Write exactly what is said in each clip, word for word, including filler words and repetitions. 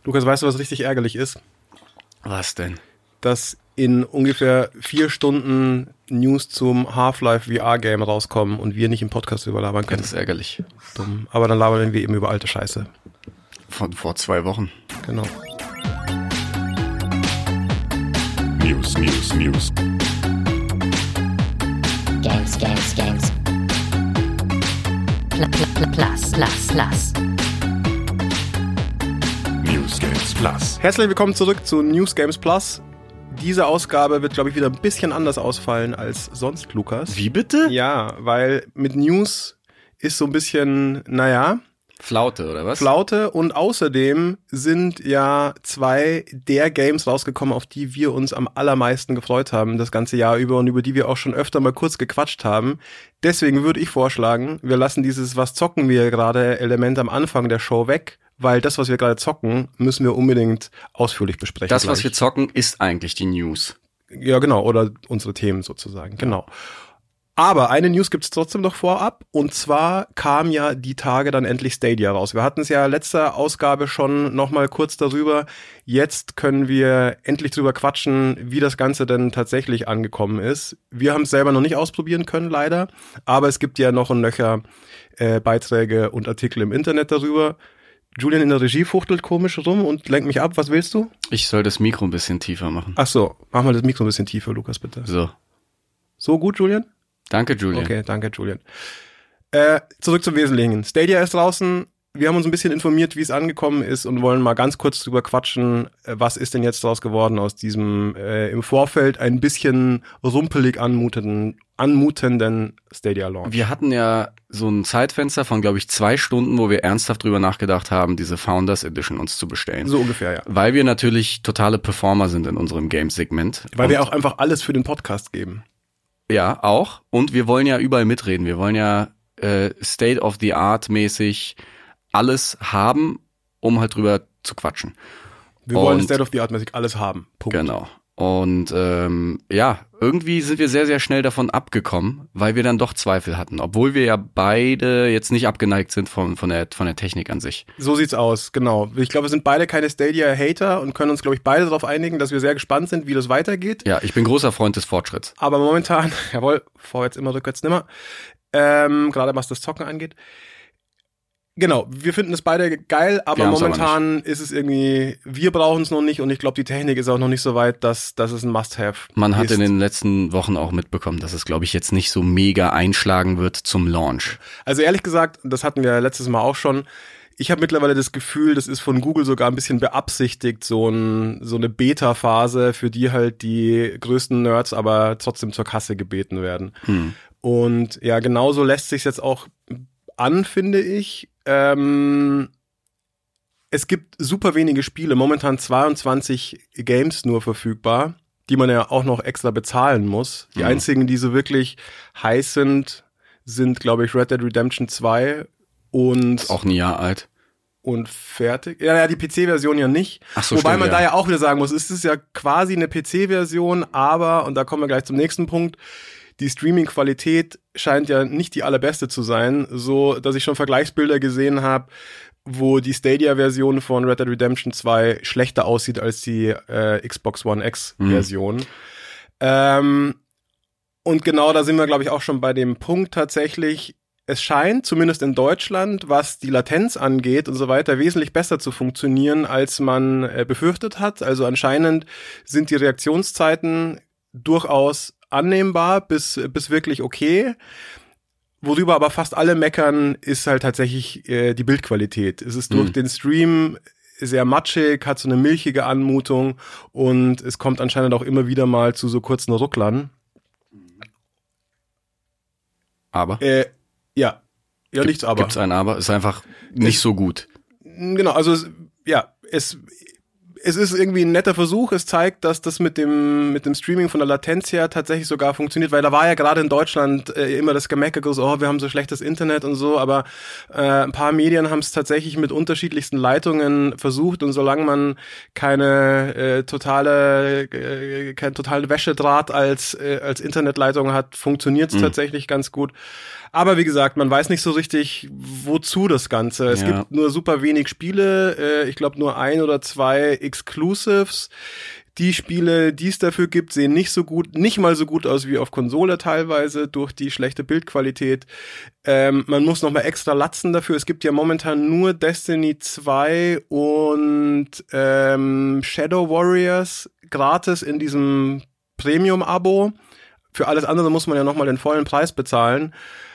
Lukas, weißt du, was richtig ärgerlich ist? Was denn? Dass in ungefähr vier Stunden News zum Half-Life V R-Game rauskommen und wir nicht im Podcast drüber labern können. Das ist ärgerlich. Dumm. Aber dann labern wir eben über alte Scheiße. Von vor zwei Wochen. Genau. News, News, News. Games, Games, Games. Pl pl pl plus, plus, plus. News Games Plus. Herzlich willkommen zurück zu News Games Plus. Diese Ausgabe wird, glaube ich, wieder ein bisschen anders ausfallen als sonst, Lukas. Wie bitte? Ja, weil mit News ist so ein bisschen, naja... Flaute, oder was? Flaute, und außerdem sind ja zwei der Games rausgekommen, auf die wir uns am allermeisten gefreut haben das ganze Jahr über und über die wir auch schon öfter mal kurz gequatscht haben. Deswegen würde ich vorschlagen, wir lassen dieses Was zocken wir gerade Element am Anfang der Show weg, weil das, was wir gerade zocken, müssen wir unbedingt ausführlich besprechen. Das, gleich. was wir zocken, ist eigentlich die News. Ja, genau, oder unsere Themen sozusagen, genau. Aber eine News gibt's trotzdem noch vorab, und zwar kam ja die Tage dann endlich Stadia raus. Wir hatten es ja letzter Ausgabe schon nochmal kurz darüber. Jetzt können wir endlich drüber quatschen, wie das Ganze denn tatsächlich angekommen ist. Wir haben es selber noch nicht ausprobieren können, leider, aber es gibt ja noch und nöcher äh, Beiträge und Artikel im Internet darüber. Julian in der Regie fuchtelt komisch rum und lenkt mich ab. Was willst du? Ich soll das Mikro ein bisschen tiefer machen. Ach so, mach mal das Mikro ein bisschen tiefer, Lukas, bitte. So. So gut, Julian? Danke, Julian. Okay, danke, Julian. Äh, zurück zum Wesentlichen. Stadia ist draußen. Wir haben uns ein bisschen informiert, wie es angekommen ist, und wollen mal ganz kurz drüber quatschen, was ist denn jetzt draus geworden aus diesem äh, im Vorfeld ein bisschen rumpelig anmutenden, anmutenden Stadia-Launch. Wir hatten ja so ein Zeitfenster von, glaube ich, zwei Stunden, wo wir ernsthaft drüber nachgedacht haben, diese Founders Edition uns zu bestellen. So ungefähr, ja. Weil wir natürlich totale Performer sind in unserem Games-Segment. Weil und wir auch einfach alles für den Podcast geben. Ja, auch. Und wir wollen ja überall mitreden. Wir wollen ja äh, State-of-the-Art-mäßig alles haben, um halt drüber zu quatschen. Wir und, wollen State-of-the-Art-mäßig alles haben. Punkt. Genau. Und ähm, ja, irgendwie sind wir sehr, sehr schnell davon abgekommen, weil wir dann doch Zweifel hatten. Obwohl wir ja beide jetzt nicht abgeneigt sind von, von, der, von der Technik an sich. So sieht's aus, genau. Ich glaube, wir sind beide keine Stadia-Hater und können uns, glaube ich, beide darauf einigen, dass wir sehr gespannt sind, wie das weitergeht. Ja, ich bin großer Freund des Fortschritts. Aber momentan, jawohl, vorwärts immer, rückwärts nimmer, ähm, gerade was das Zocken angeht. Genau, wir finden es beide geil, aber momentan aber ist es irgendwie, wir brauchen es noch nicht, und ich glaube, die Technik ist auch noch nicht so weit, dass, dass es ein Must-Have Man hat ist. in den letzten Wochen auch mitbekommen, dass es, glaube ich, jetzt nicht so mega einschlagen wird zum Launch. Also ehrlich gesagt, das hatten wir letztes Mal auch schon, ich habe mittlerweile das Gefühl, das ist von Google sogar ein bisschen beabsichtigt, so, ein, so eine Beta-Phase, für die halt die größten Nerds aber trotzdem zur Kasse gebeten werden. Hm. Und ja, genauso lässt sich jetzt auch an, finde ich. Ähm, es gibt super wenige Spiele, momentan zweiundzwanzig Games nur verfügbar, die man ja auch noch extra bezahlen muss. Die mhm. einzigen, die so wirklich heiß sind, sind, glaube ich, Red Dead Redemption zwei und... Ist auch ein Jahr alt. Und fertig. Ja, ja, die P C-Version ja nicht. Ach so, Wobei stimmt, man ja. da ja auch wieder sagen muss, es ist ja quasi eine P C-Version, aber, und da kommen wir gleich zum nächsten Punkt, die Streaming-Qualität scheint ja nicht die allerbeste zu sein, so dass ich schon Vergleichsbilder gesehen habe, wo die Stadia-Version von Red Dead Redemption zwei schlechter aussieht als die äh, Xbox One X-Version. Mhm. Ähm, und genau da sind wir, glaube ich, auch schon bei dem Punkt tatsächlich, es scheint, zumindest in Deutschland, was die Latenz angeht und so weiter, wesentlich besser zu funktionieren, als man äh, befürchtet hat. Also anscheinend sind die Reaktionszeiten durchaus annehmbar bis, bis wirklich okay. Worüber aber fast alle meckern, ist halt tatsächlich äh, die Bildqualität. Es ist durch mhm. den Stream sehr matschig, hat so eine milchige Anmutung, und es kommt anscheinend auch immer wieder mal zu so kurzen Rucklern. Aber? Äh, ja. Ja, Gibt, nichts aber. Gibt's ein Aber? Ist einfach nicht es, so gut. Genau, also es, ja, es... Es ist irgendwie ein netter Versuch. Es zeigt, dass das mit dem mit dem Streaming von der Latenz her tatsächlich sogar funktioniert, weil da war ja gerade in Deutschland äh, immer das Gemecker, so, oh, wir haben so schlechtes Internet und so, aber äh, ein paar Medien haben es tatsächlich mit unterschiedlichsten Leitungen versucht, und solange man keine äh, totale äh, kein totalen Wäschedraht als äh, als Internetleitung hat, funktioniert es mhm. tatsächlich ganz gut. Aber wie gesagt, man weiß nicht so richtig, wozu das Ganze. Es Ja. gibt nur super wenig Spiele, äh, ich glaube nur ein oder zwei Exclusives. Die Spiele, die es dafür gibt, sehen nicht so gut, nicht mal so gut aus wie auf Konsole teilweise durch die schlechte Bildqualität. Ähm, man muss nochmal extra latzen dafür. Es gibt ja momentan nur Destiny zwei und ähm, Shadow Warriors gratis in diesem Premium-Abo. Für alles andere muss man ja nochmal den vollen Preis bezahlen.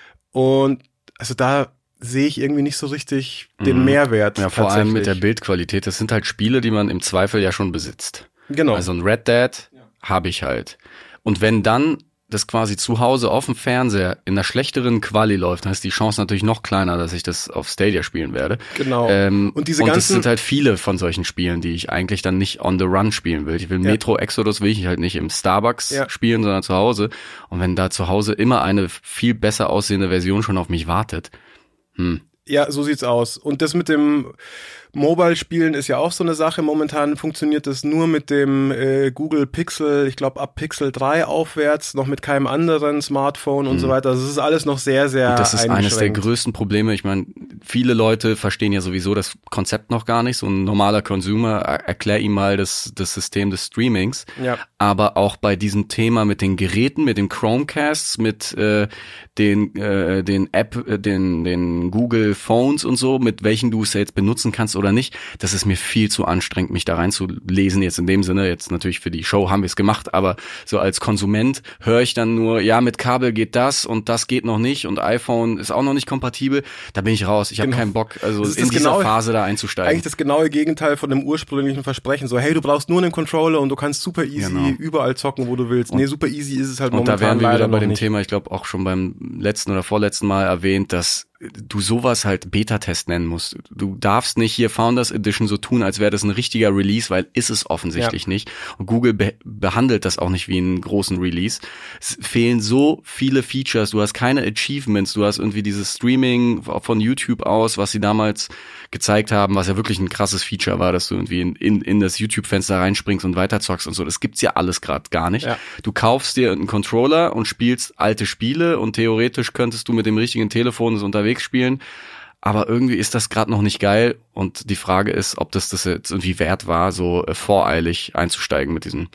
Und also da sehe ich irgendwie nicht so richtig den Mhm. Mehrwert. Ja, vor allem mit der tatsächlich. Bildqualität. Das sind halt Spiele, die man im Zweifel ja schon besitzt. Genau. Also ein Red Dead habe ich halt. Und wenn dann das quasi zu Hause auf dem Fernseher in einer schlechteren Quali läuft, dann ist die Chance natürlich noch kleiner, dass ich das auf Stadia spielen werde. Genau. Ähm, Und diese und es ganzen- sind halt viele von solchen Spielen, die ich eigentlich dann nicht on the run spielen will. Ich will Ja. Metro Exodus will ich halt nicht im Starbucks Ja. spielen, sondern zu Hause. Und wenn da zu Hause immer eine viel besser aussehende Version schon auf mich wartet, hm. Ja, so sieht's aus. Und das mit dem Mobile-Spielen ist ja auch so eine Sache. Momentan funktioniert das nur mit dem äh, Google Pixel, ich glaube ab Pixel drei aufwärts, noch mit keinem anderen Smartphone und so weiter. Also es ist alles noch sehr, sehr Und das ist eines der eingeschränkt. größten Probleme. Ich meine, viele Leute verstehen ja sowieso das Konzept noch gar nicht. So ein normaler Consumer, er- erklär ihm mal das, das System des Streamings. Ja. Aber auch bei diesem Thema mit den Geräten, mit den Chromecasts, mit äh, den äh, den App, äh, den den Google Phones und so, mit welchen du es jetzt benutzen kannst oder nicht, das ist mir viel zu anstrengend, mich da reinzulesen. Jetzt in dem Sinne, jetzt natürlich für die Show haben wir es gemacht, aber so als Konsument höre ich dann nur, ja, mit Kabel geht das und das geht noch nicht und iPhone ist auch noch nicht kompatibel. Da bin ich raus. Ich habe Genau. keinen Bock, also Das ist in das dieser genaue- Phase da einzusteigen. Eigentlich das genaue Gegenteil von dem ursprünglichen Versprechen. So, hey, du brauchst nur einen Controller und du kannst super easy Genau. überall zocken, wo du willst. Nee, super easy ist es halt Und momentan da wären wir leider wieder bei noch dem nicht. Thema, ich glaube auch schon beim letzten oder vorletzten Mal erwähnt, dass du sowas halt Beta-Test nennen musst. Du darfst nicht hier Founders Edition so tun, als wäre das ein richtiger Release, weil ist es offensichtlich Ja. nicht. Und Google be- behandelt das auch nicht wie einen großen Release. Es fehlen so viele Features, du hast keine Achievements, du hast irgendwie dieses Streaming von YouTube aus, was sie damals gezeigt haben, was ja wirklich ein krasses Feature war, dass du irgendwie in, in, in das YouTube-Fenster reinspringst und weiterzockst und so. Das gibt's ja alles gerade gar nicht. Ja. Du kaufst dir einen Controller und spielst alte Spiele und theoretisch könntest du mit dem richtigen Telefon das unterwegs spielen, aber irgendwie ist das gerade noch nicht geil und die Frage ist, ob das das jetzt irgendwie wert war, so äh, voreilig einzusteigen mit diesem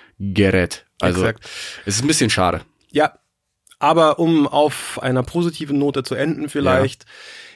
Gerät. Also Exakt. es ist ein bisschen schade. Ja, aber um auf einer positiven Note zu enden vielleicht,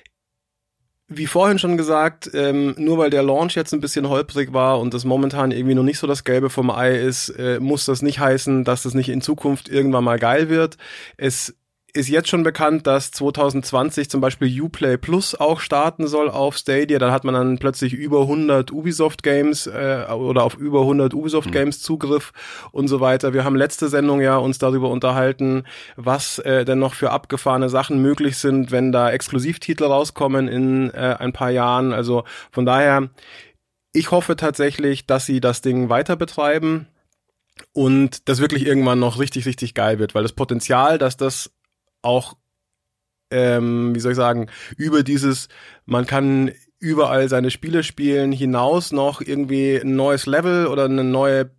wie vorhin schon gesagt, ähm, nur weil der Launch jetzt ein bisschen holprig war und das momentan irgendwie noch nicht so das Gelbe vom Ei ist, äh, muss das nicht heißen, dass das nicht in Zukunft irgendwann mal geil wird. Es ist jetzt schon bekannt, dass zwanzig zwanzig zum Beispiel Uplay Plus auch starten soll auf Stadia. Da hat man dann plötzlich über hundert Ubisoft-Games äh, oder auf über hundert Ubisoft-Games Zugriff und so weiter. Wir haben letzte Sendung ja uns darüber unterhalten, was äh, denn noch für abgefahrene Sachen möglich sind, wenn da Exklusivtitel rauskommen in äh, ein paar Jahren. Also von daher, ich hoffe tatsächlich, dass sie das Ding weiter betreiben und das wirklich irgendwann noch richtig, richtig geil wird, weil das Potenzial, dass das auch, ähm, wie soll ich sagen, über dieses, man kann überall seine Spiele spielen, hinaus noch irgendwie ein neues Level oder eine neue,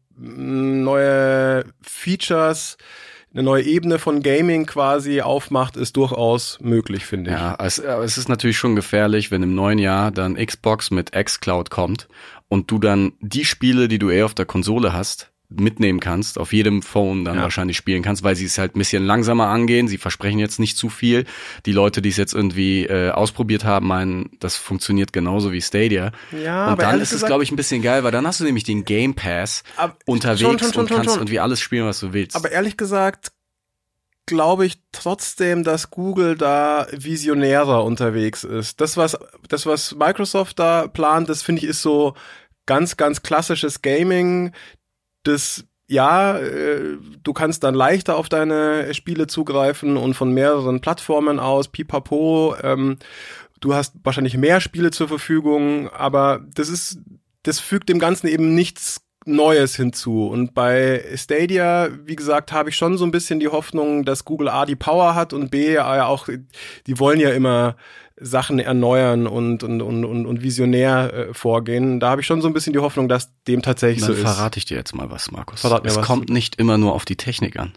neue Features, eine neue Ebene von Gaming quasi aufmacht, ist durchaus möglich, finde ich. Ja, es, aber es ist natürlich schon gefährlich, wenn im neuen Jahr dann Xbox mit xCloud kommt und du dann die Spiele, die du eher auf der Konsole hast, mitnehmen kannst, auf jedem Phone dann Ja. wahrscheinlich spielen kannst, weil sie es halt ein bisschen langsamer angehen. Sie versprechen jetzt nicht zu viel. Die Leute, die es jetzt irgendwie äh, ausprobiert haben, meinen, das funktioniert genauso wie Stadia. Ja, und aber dann ehrlich ist es, gesagt- glaube ich, ein bisschen geil, weil dann hast du nämlich den Game Pass Aber- unterwegs schon, schon, schon, und schon, kannst schon. irgendwie alles spielen, was du willst. Aber ehrlich gesagt glaube ich trotzdem, dass Google da visionärer unterwegs ist. Das, was, das, was Microsoft da plant, das finde ich ist so ganz, ganz klassisches Gaming. Das, ja, äh, du kannst dann leichter auf deine Spiele zugreifen und von mehreren Plattformen aus, pipapo, ähm, du hast wahrscheinlich mehr Spiele zur Verfügung, aber das ist, das fügt dem Ganzen eben nichts Neues hinzu. Und bei Stadia, wie gesagt, habe ich schon so ein bisschen die Hoffnung, dass Google A die Power hat und B ja auch, die wollen ja immer Sachen erneuern und und und und, und visionär äh, vorgehen. Da habe ich schon so ein bisschen die Hoffnung, dass dem tatsächlich Dann so ist. verrate ich dir jetzt mal was, Markus. Verrat mir es was. kommt nicht immer nur auf die Technik an.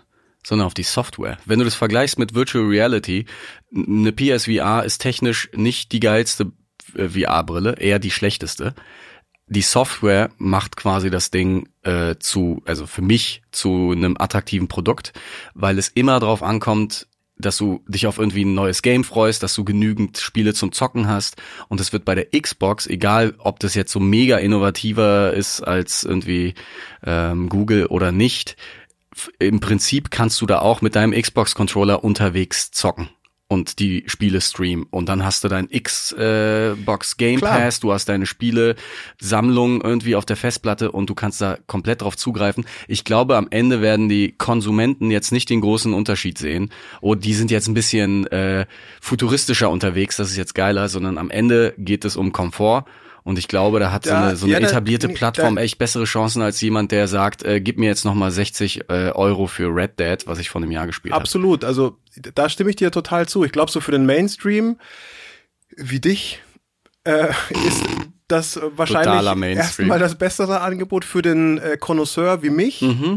sondern auf die Software. Wenn du das vergleichst mit Virtual Reality, eine P S V R ist technisch nicht die geilste V R-Brille, eher die schlechteste. Die Software macht quasi das Ding äh, zu, also für mich zu einem attraktiven Produkt, weil es immer darauf ankommt, dass du dich auf irgendwie ein neues Game freust, dass du genügend Spiele zum Zocken hast, und es wird bei der Xbox, egal ob das jetzt so mega innovativer ist als irgendwie ähm, Google oder nicht, f- im Prinzip kannst du da auch mit deinem Xbox-Controller unterwegs zocken und die Spiele streamen. Und dann hast du dein Xbox Game Klar. Pass, du hast deine Spiele-Sammlung irgendwie auf der Festplatte und du kannst da komplett drauf zugreifen. Ich glaube, am Ende werden die Konsumenten jetzt nicht den großen Unterschied sehen. Oh, die sind jetzt ein bisschen äh, futuristischer unterwegs, das ist jetzt geiler, sondern am Ende geht es um Komfort. Und ich glaube, da hat so Da- eine, so eine ja, da- etablierte nee, Plattform da- echt bessere Chancen als jemand, der sagt, äh, gib mir jetzt nochmal sechzig äh, Euro für Red Dead, was ich vor einem Jahr gespielt habe. Absolut, also da stimme ich dir total zu. Ich glaube, so für den Mainstream wie dich äh, ist das Totaler wahrscheinlich Mainstream. erstmal das bessere Angebot. Für den äh, Connoisseur wie mich Mhm.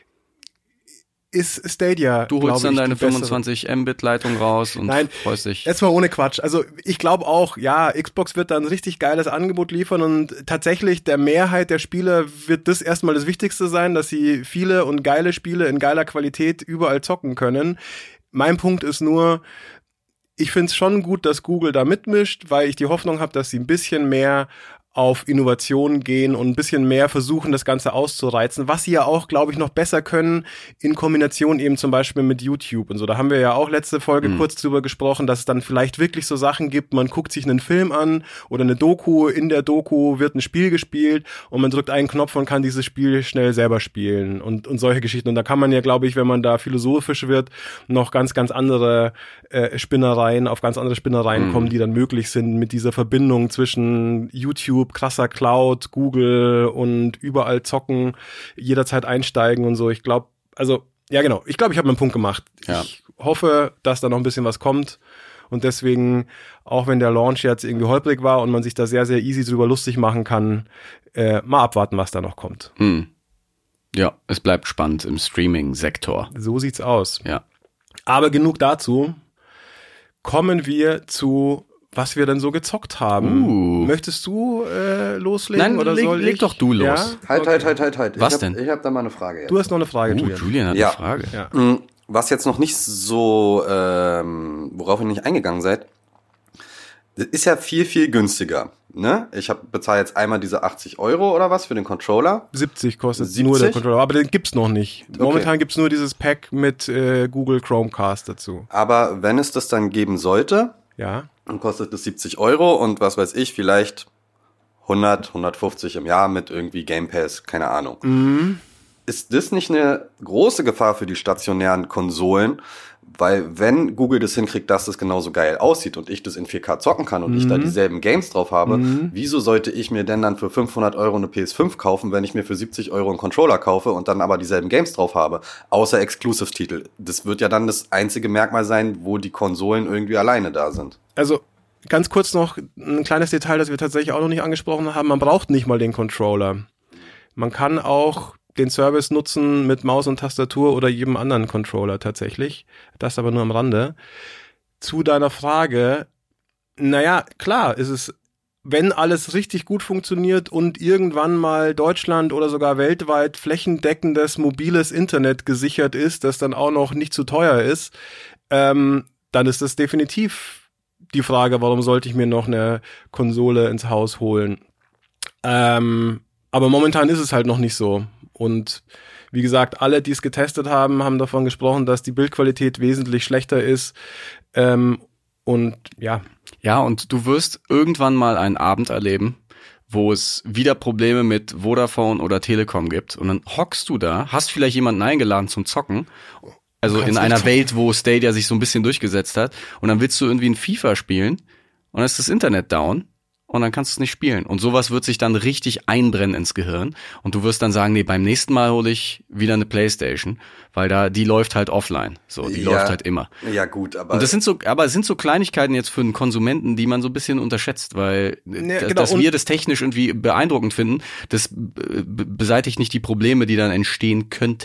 ist Stadia, Du glaub holst dann ich, deine die bessere. fünfundzwanzig Mbit Leitung raus und Nein, freust dich. Jetzt mal ohne Quatsch. Also ich glaube auch, ja, Xbox wird da ein richtig geiles Angebot liefern, und tatsächlich der Mehrheit der Spieler wird das erstmal das Wichtigste sein, dass sie viele und geile Spiele in geiler Qualität überall zocken können. Mein Punkt ist nur, ich finde es schon gut, dass Google da mitmischt, weil ich die Hoffnung habe, dass sie ein bisschen mehr auf Innovation gehen und ein bisschen mehr versuchen, das Ganze auszureizen, was sie ja auch, glaube ich, noch besser können in Kombination eben zum Beispiel mit YouTube und so. Da haben wir ja auch letzte Folge Mhm. kurz drüber gesprochen, dass es dann vielleicht wirklich so Sachen gibt, man guckt sich einen Film an oder eine Doku, in der Doku wird ein Spiel gespielt und man drückt einen Knopf und kann dieses Spiel schnell selber spielen und, und solche Geschichten. Und da kann man ja, glaube ich, wenn man da philosophisch wird, noch ganz, ganz andere äh, Spinnereien, auf ganz andere Spinnereien Mhm. kommen, die dann möglich sind mit dieser Verbindung zwischen YouTube, krasser Cloud, Google und überall zocken, jederzeit einsteigen und so. Ich glaube, also, ja genau, ich glaube, ich habe meinen Punkt gemacht. Ja. Ich hoffe, dass da noch ein bisschen was kommt, und deswegen, auch wenn der Launch jetzt irgendwie holprig war und man sich da sehr, sehr easy drüber lustig machen kann, äh, mal abwarten, was da noch kommt. Hm. Ja, es bleibt spannend im Streaming-Sektor. So sieht's aus. Ja. Aber genug dazu. Kommen wir zu, was wir denn so gezockt haben. Uh. Möchtest du äh, loslegen? Nein, oder leg- soll leg ich? doch du los. Ja? Halt, Okay. halt, halt, halt, halt. Was ich hab, denn? Ich habe da mal eine Frage jetzt. Du hast noch eine Frage, Oh, Julian. Julian hat Ja. eine Frage. Ja. Mm, Was jetzt noch nicht so, ähm, worauf ihr nicht eingegangen seid, das ist ja viel, viel günstiger. Ne? Ich hab, bezahle jetzt einmal diese achtzig Euro oder was für den Controller. siebzig kostet siebzig? nur der Controller, aber den gibt's noch nicht. Okay. Momentan gibt's nur dieses Pack mit äh, Google Chromecast dazu. Aber wenn es das dann geben sollte, Ja. dann kostet es siebzig Euro und was weiß ich, vielleicht hundert, hundertfünfzig im Jahr mit irgendwie Game Pass, keine Ahnung. Mhm. Ist das nicht eine große Gefahr für die stationären Konsolen? Weil wenn Google das hinkriegt, dass das genauso geil aussieht und ich das in vier K zocken kann und ich da dieselben Games drauf habe, wieso sollte ich mir denn dann für fünfhundert Euro eine P S fünf kaufen, wenn ich mir für siebzig Euro einen Controller kaufe und dann aber dieselben Games drauf habe? Außer Exclusive-Titel. Das wird ja dann das einzige Merkmal sein, wo die Konsolen irgendwie alleine da sind. Also ganz kurz noch ein kleines Detail, das wir tatsächlich auch noch nicht angesprochen haben. Man braucht nicht mal den Controller. Man kann auch den Service nutzen mit Maus und Tastatur oder jedem anderen Controller tatsächlich. Das aber nur am Rande. Zu deiner Frage, naja, klar, ist es, wenn alles richtig gut funktioniert und irgendwann mal Deutschland oder sogar weltweit flächendeckendes mobiles Internet gesichert ist, das dann auch noch nicht zu teuer ist, ähm, dann ist das definitiv die Frage, warum sollte ich mir noch eine Konsole ins Haus holen. Ähm, aber momentan ist es halt noch nicht so. Und wie gesagt, alle, die es getestet haben, haben davon gesprochen, dass die Bildqualität wesentlich schlechter ist. Ähm, und ja. Ja, und du wirst irgendwann mal einen Abend erleben, wo es wieder Probleme mit Vodafone oder Telekom gibt. Und dann hockst du da, hast vielleicht jemanden eingeladen zum Zocken. Also kannst in nicht einer zocken. Welt, wo Stadia sich so ein bisschen durchgesetzt hat. Und dann willst du irgendwie ein FIFA spielen und dann ist das Internet down. Und dann kannst du es nicht spielen. Und sowas wird sich dann richtig einbrennen ins Gehirn. Und du wirst dann sagen, nee, beim nächsten Mal hole ich wieder eine Playstation, weil da, die läuft halt offline. So, die Ja. läuft halt immer. Ja gut, aber Und das sind so, aber es sind so Kleinigkeiten jetzt für einen Konsumenten, die man so ein bisschen unterschätzt, weil Ja, d- genau, dass und- wir das technisch irgendwie beeindruckend finden, das b- b- beseitigt nicht die Probleme, die dann entstehen könnten. Ja,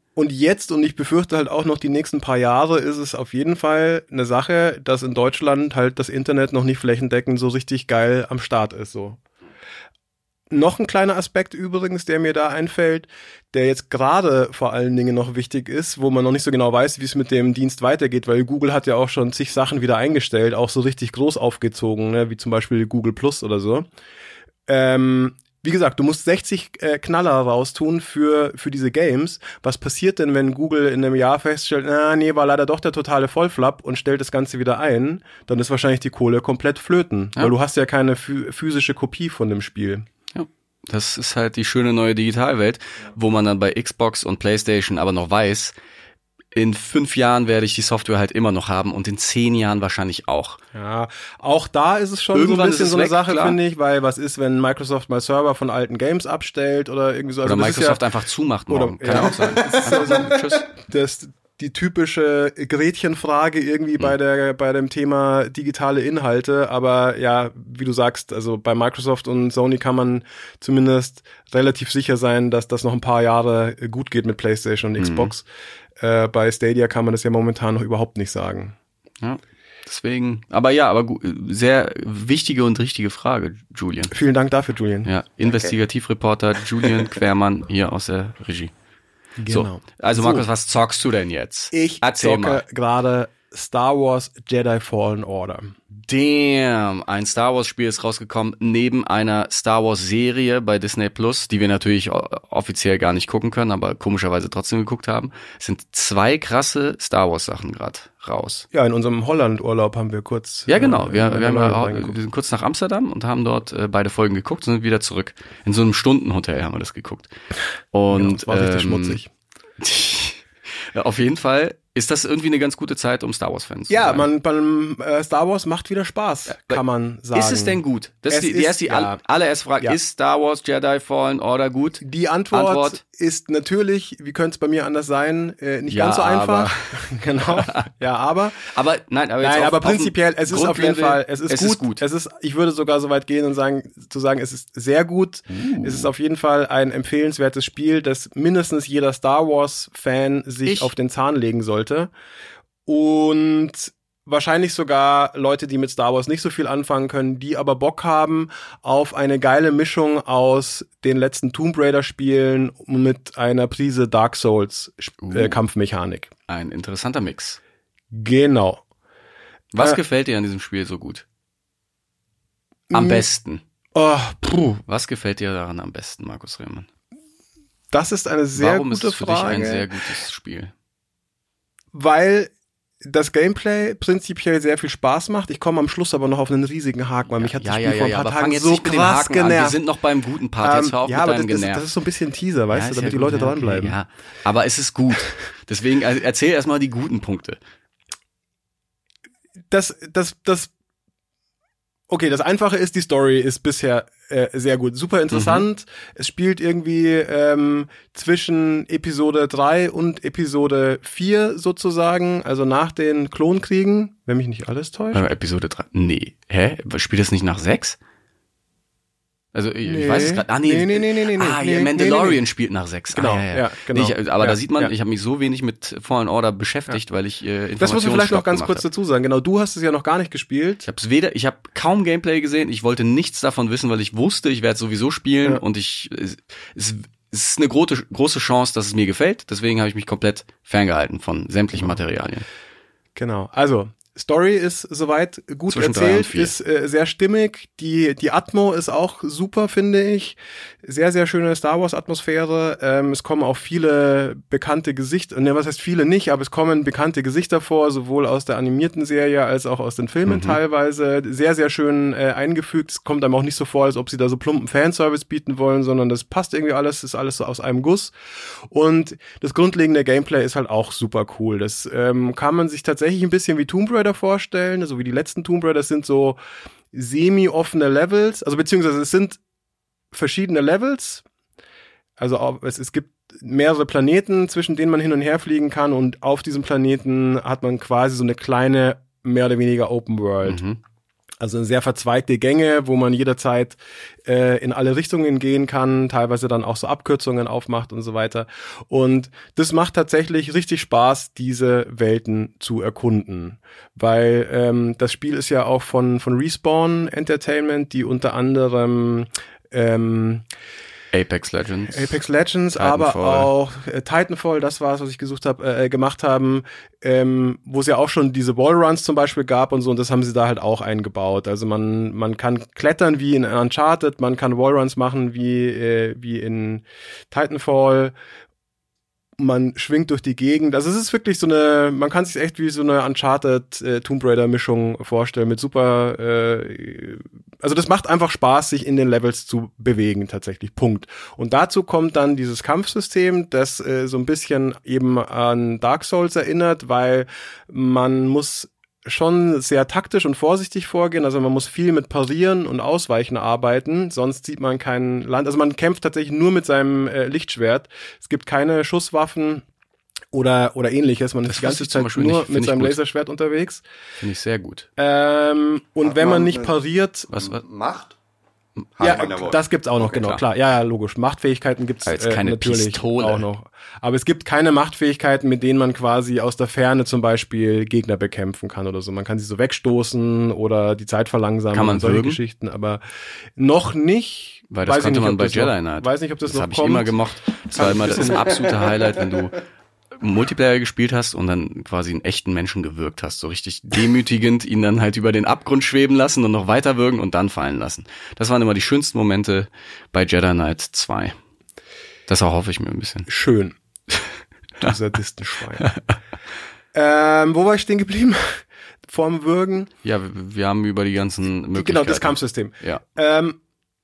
Und jetzt, und ich befürchte halt auch noch die nächsten paar Jahre, ist es auf jeden Fall eine Sache, dass in Deutschland halt das Internet noch nicht flächendeckend so richtig geil am Start ist, so. Noch ein kleiner Aspekt übrigens, der mir da einfällt, der jetzt gerade vor allen Dingen noch wichtig ist, wo man noch nicht so genau weiß, wie es mit dem Dienst weitergeht, weil Google hat ja auch schon zig Sachen wieder eingestellt, auch so richtig groß aufgezogen, ne, wie zum Beispiel Google Plus oder so. Ähm, wie gesagt, du musst sechzig äh, Knaller raustun für für diese Games. Was passiert denn, wenn Google in einem Jahr feststellt, na, nee, war leider doch der totale Vollflap und stellt das Ganze wieder ein? Dann ist wahrscheinlich die Kohle komplett flöten, ja. Weil du hast ja keine ph- physische Kopie von dem Spiel. Das ist halt die schöne neue Digitalwelt, wo man dann bei Xbox und PlayStation aber noch weiß, in fünf Jahren werde ich die Software halt immer noch haben und in zehn Jahren wahrscheinlich auch. Ja, auch da ist es schon Irgendwann so ein bisschen so eine weg, Sache, klar. finde ich, weil was ist, wenn Microsoft mal Server von alten Games abstellt oder irgendwie so. Also oder das Microsoft ist ja, einfach zumacht morgen. Oder, Kann ja auch sein. Einfach sagen, tschüss. Das, die typische Gretchenfrage irgendwie hm. bei der bei dem Thema digitale Inhalte, aber ja, wie du sagst, also bei Microsoft und Sony kann man zumindest relativ sicher sein, dass das noch ein paar Jahre gut geht mit PlayStation und Xbox. Mhm. Äh, bei Stadia kann man das ja momentan noch überhaupt nicht sagen. Ja, deswegen, aber ja, aber gu- sehr wichtige und richtige Frage, Julian. Vielen Dank dafür, Julian. Ja, Investigativreporter Julian Quermann hier aus der Regie. Genau. So, also Markus, was zockst du denn jetzt? Ich Erzähl zocke mal. gerade Star Wars Jedi Fallen Order. Damn, ein Star Wars Spiel ist rausgekommen neben einer Star Wars Serie bei Disney Plus, die wir natürlich o- offiziell gar nicht gucken können, aber komischerweise trotzdem geguckt haben. Es sind zwei krasse Star Wars Sachen gerade raus. Ja, in unserem Holland-Urlaub haben wir kurz. Ja, genau. Äh, Wir, wir, haben Holland ja auch, reingeguckt. wir sind kurz nach Amsterdam und haben dort äh, beide Folgen geguckt und sind wieder zurück. In so einem Stundenhotel haben wir das geguckt. Und Ja, das war richtig ähm, schmutzig. Ja, auf jeden Fall ist das irgendwie eine ganz gute Zeit, um Star Wars Fans zu Ja, sein. man, beim äh, Star Wars macht wieder Spaß, Ja, kann man sagen. Ist es denn gut? Das ist Es die, die ist- erste, die ja. all- allererste Frage. Ja. Ist Star Wars Jedi Fallen Order gut? Die Antwort, Antwort. ist natürlich, wie könnte es bei mir anders sein, äh, nicht Ja, ganz so aber. einfach. Genau. Ja, aber. Aber nein, aber, jetzt Nein, auf, aber auf dem prinzipiell, es ist auf jeden Grundlevel, Fall, es ist es gut. Ist gut. Es ist, ich würde sogar so weit gehen und sagen, zu sagen, es ist sehr gut. Uh. Es ist auf jeden Fall ein empfehlenswertes Spiel, das mindestens jeder Star Wars Fan sich Ich- auf den Zahn legen sollte. Und wahrscheinlich sogar Leute, die mit Star Wars nicht so viel anfangen können, die aber Bock haben auf eine geile Mischung aus den letzten Tomb Raider Spielen mit einer Prise Dark Souls Uh. äh, Kampfmechanik. Ein interessanter Mix. Genau. Was Äh, gefällt dir an diesem Spiel so gut? Am Mm. besten. Oh, puh. Was gefällt dir daran am besten, Markus Rehmann? Das ist eine sehr Warum gute ist es für Frage, dich ein sehr gutes Spiel? weil das Gameplay prinzipiell sehr viel Spaß macht. Ich komme am Schluss aber noch auf einen riesigen Haken, weil mich hat das Spiel vor ein paar aber fang Tagen jetzt so nicht mit dem krass Haken an. Wir genervt. sind noch beim guten Part. Jetzt Ähm, hör auf ja, mit aber deinem das, das, genervt. das ist so ein bisschen Teaser, weißt Ja, du, ist damit ja die Leute gut, ja, dranbleiben. Okay, ja. Aber es ist gut. Deswegen also erzähl erstmal die guten Punkte. Das, das, das, okay, das Einfache ist, die Story ist bisher äh, sehr gut. Super interessant. Mhm. Es spielt irgendwie ähm, zwischen Episode drei und Episode vier sozusagen, also nach den Klonkriegen, wenn mich nicht alles täuscht. Äh, Episode drei. Nee. Hä? Spielt das nicht nach sechs? Also ich, Nee. ich weiß es gerade. Ah, nee. Nee, nee, nee, nee, nee, ah, nee, ja, nee, Mandalorian nee, nee. spielt nach sechs. Genau, ah, ja, ja. ja, genau. Nee, ich, aber Ja, da sieht man, ja. ich habe mich so wenig mit Fallen Order beschäftigt, weil ich äh, Das muss man vielleicht noch ganz Informationsstopp kurz gemacht dazu sagen. Genau, du hast es ja noch gar nicht gespielt. Ich habe weder, ich habe kaum Gameplay gesehen. Ich wollte nichts davon wissen, weil ich wusste, ich werde sowieso spielen Ja. und ich es, es ist eine große große Chance, dass es mir gefällt. Deswegen habe ich mich komplett ferngehalten von sämtlichen Materialien. Genau. Also, Story ist soweit gut Zwischen drei und erzählt, vier. ist äh, sehr stimmig. Die, die Atmo ist auch super, finde ich. Sehr, sehr schöne Star Wars Atmosphäre. Ähm, es kommen auch viele bekannte Gesichter, ne, was heißt viele nicht, aber es kommen bekannte Gesichter vor, sowohl aus der animierten Serie als auch aus den Filmen Mhm. teilweise. Sehr, sehr schön äh, eingefügt. Es kommt einem auch nicht so vor, als ob sie da so plumpen Fanservice bieten wollen, sondern das passt irgendwie alles, ist alles so aus einem Guss. Und das grundlegende Gameplay ist halt auch super cool. Das ähm, kann man sich tatsächlich ein bisschen wie Tomb Raider vorstellen, also wie die letzten Tomb Raider sind so semi-offene Levels, also beziehungsweise es sind verschiedene Levels, also auch, es, es gibt mehrere Planeten, zwischen denen man hin und her fliegen kann und auf diesem Planeten hat man quasi so eine kleine, mehr oder weniger Open World. Mhm. Also sehr verzweigte Gänge, wo man jederzeit äh, in alle Richtungen gehen kann, teilweise dann auch so Abkürzungen aufmacht und so weiter. Und das macht tatsächlich richtig Spaß, diese Welten zu erkunden. Weil ähm, das Spiel ist ja auch von, von Respawn Entertainment, die unter anderem ähm, Apex Legends. Apex Legends, Titanfall. aber auch äh, Titanfall, das war es, was ich gesucht habe, äh, gemacht haben, ähm, wo es ja auch schon diese Wallruns zum Beispiel gab und so, und das haben sie da halt auch eingebaut. Also man man kann klettern wie in Uncharted, man kann Wallruns machen wie äh, wie in Titanfall. Man schwingt durch die Gegend. Also es ist wirklich so eine, man kann sich echt wie so eine Uncharted äh, Tomb Raider Mischung vorstellen mit super, äh, also das macht einfach Spaß, sich in den Levels zu bewegen tatsächlich, Punkt. Und dazu kommt dann dieses Kampfsystem, das äh, so ein bisschen eben an Dark Souls erinnert, weil man muss schon sehr taktisch und vorsichtig vorgehen, also man muss viel mit Parieren und Ausweichen arbeiten, sonst sieht man kein Land, also man kämpft tatsächlich nur mit seinem äh, Lichtschwert, es gibt keine Schusswaffen oder oder ähnliches, man Das ist die ganze wusste ich zum Zeit Beispiel nur nicht, find mit ich seinem gut. Laserschwert unterwegs. Finde ich sehr gut. Ähm, und Hat wenn man man nicht eine- pariert, Was, was? Macht? ja, Hat man ja wohl. das gibt's auch noch, Okay, genau, klar. klar. Ja, ja, logisch. Machtfähigkeiten gibt's Aber jetzt äh, keine natürlich Pistole. auch noch. Aber es gibt keine Machtfähigkeiten, mit denen man quasi aus der Ferne zum Beispiel Gegner bekämpfen kann oder so. Man kann sie so wegstoßen oder die Zeit verlangsamen Kann man und solche würgen? Geschichten, aber noch nicht. Weil das Weiß ich konnte nicht, man ob bei das noch- Jedi Knight. Weiß nicht, ob das, Das noch habe ich kommt. immer gemocht. Das war immer das absolute Highlight, wenn du Multiplayer gespielt hast und dann quasi einen echten Menschen gewürgt hast. So richtig demütigend, ihn dann halt über den Abgrund schweben lassen und noch weiter würgen und dann fallen lassen. Das waren immer die schönsten Momente bei Jedi Knight zwei. Das erhoffe ich mir ein bisschen. Schön. Du Sadistenschwein. ähm, wo war ich stehen geblieben? Vorm Würgen. Ja, wir, wir haben über die ganzen Möglichkeiten. Genau, das Kampfsystem. Ja. Ähm,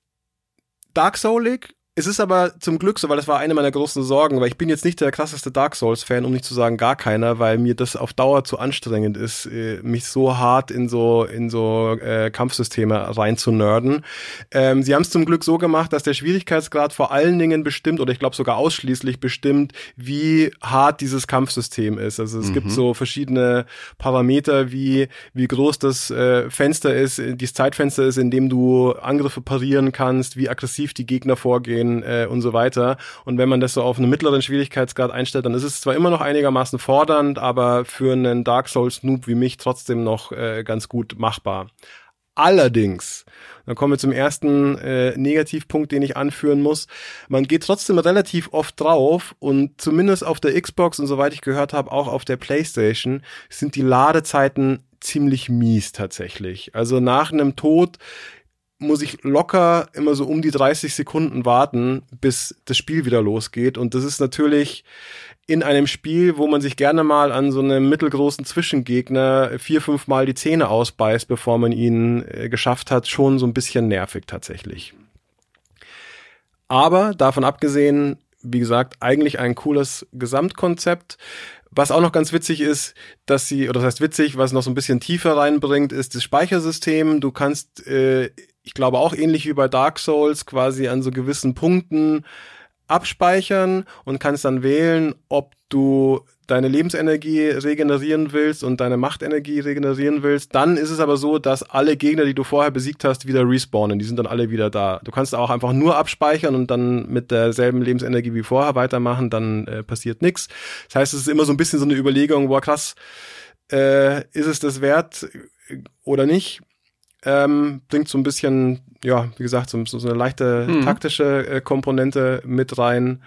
Dark Soulig, es ist aber zum Glück so, weil das war eine meiner großen Sorgen, weil ich bin jetzt nicht der krasseste Dark Souls-Fan, um nicht zu sagen gar keiner, weil mir das auf Dauer zu anstrengend ist, äh, mich so hart in so in so äh, Kampfsysteme rein zu nerden. Ähm, sie haben es zum Glück so gemacht, dass der Schwierigkeitsgrad vor allen Dingen bestimmt, oder ich glaube sogar ausschließlich bestimmt, wie hart dieses Kampfsystem ist. Also es Mhm. gibt so verschiedene Parameter, wie wie groß das äh, Fenster ist, dieses Zeitfenster ist, in dem du Angriffe parieren kannst, wie aggressiv die Gegner vorgehen äh, und so weiter. Und wenn man das so auf einen mittleren Schwierigkeitsgrad einstellt, dann ist es zwar immer noch einigermaßen fordernd, aber für einen Dark Souls Noob wie mich trotzdem noch äh, ganz gut machbar. Allerdings, dann kommen wir zum ersten äh, Negativpunkt, den ich anführen muss. Man geht trotzdem relativ oft drauf und zumindest auf der Xbox und soweit ich gehört habe, auch auf der PlayStation sind die Ladezeiten ziemlich mies tatsächlich. Also nach einem Tod muss ich locker immer so um die dreißig Sekunden warten, bis das Spiel wieder losgeht. Und das ist natürlich in einem Spiel, wo man sich gerne mal an so einem mittelgroßen Zwischengegner vier, fünf Mal die Zähne ausbeißt, bevor man ihn äh, geschafft hat, schon so ein bisschen nervig tatsächlich. Aber davon abgesehen, wie gesagt, eigentlich ein cooles Gesamtkonzept. Was auch noch ganz witzig ist, dass sie, oder das heißt witzig, was noch so ein bisschen tiefer reinbringt, ist das Speichersystem. Du kannst, äh, ich glaube auch ähnlich wie bei Dark Souls, quasi an so gewissen Punkten abspeichern und kannst dann wählen, ob du deine Lebensenergie regenerieren willst und deine Machtenergie regenerieren willst. Dann ist es aber so, dass alle Gegner, die du vorher besiegt hast, wieder respawnen. Die sind dann alle wieder da. Du kannst auch einfach nur abspeichern und dann mit derselben Lebensenergie wie vorher weitermachen, dann äh, passiert nichts. Das heißt, es ist immer so ein bisschen so eine Überlegung, boah krass, äh, ist es das wert oder nicht? Ähm, bringt so ein bisschen, ja, wie gesagt, so, so eine leichte Mhm. taktische äh, Komponente mit rein.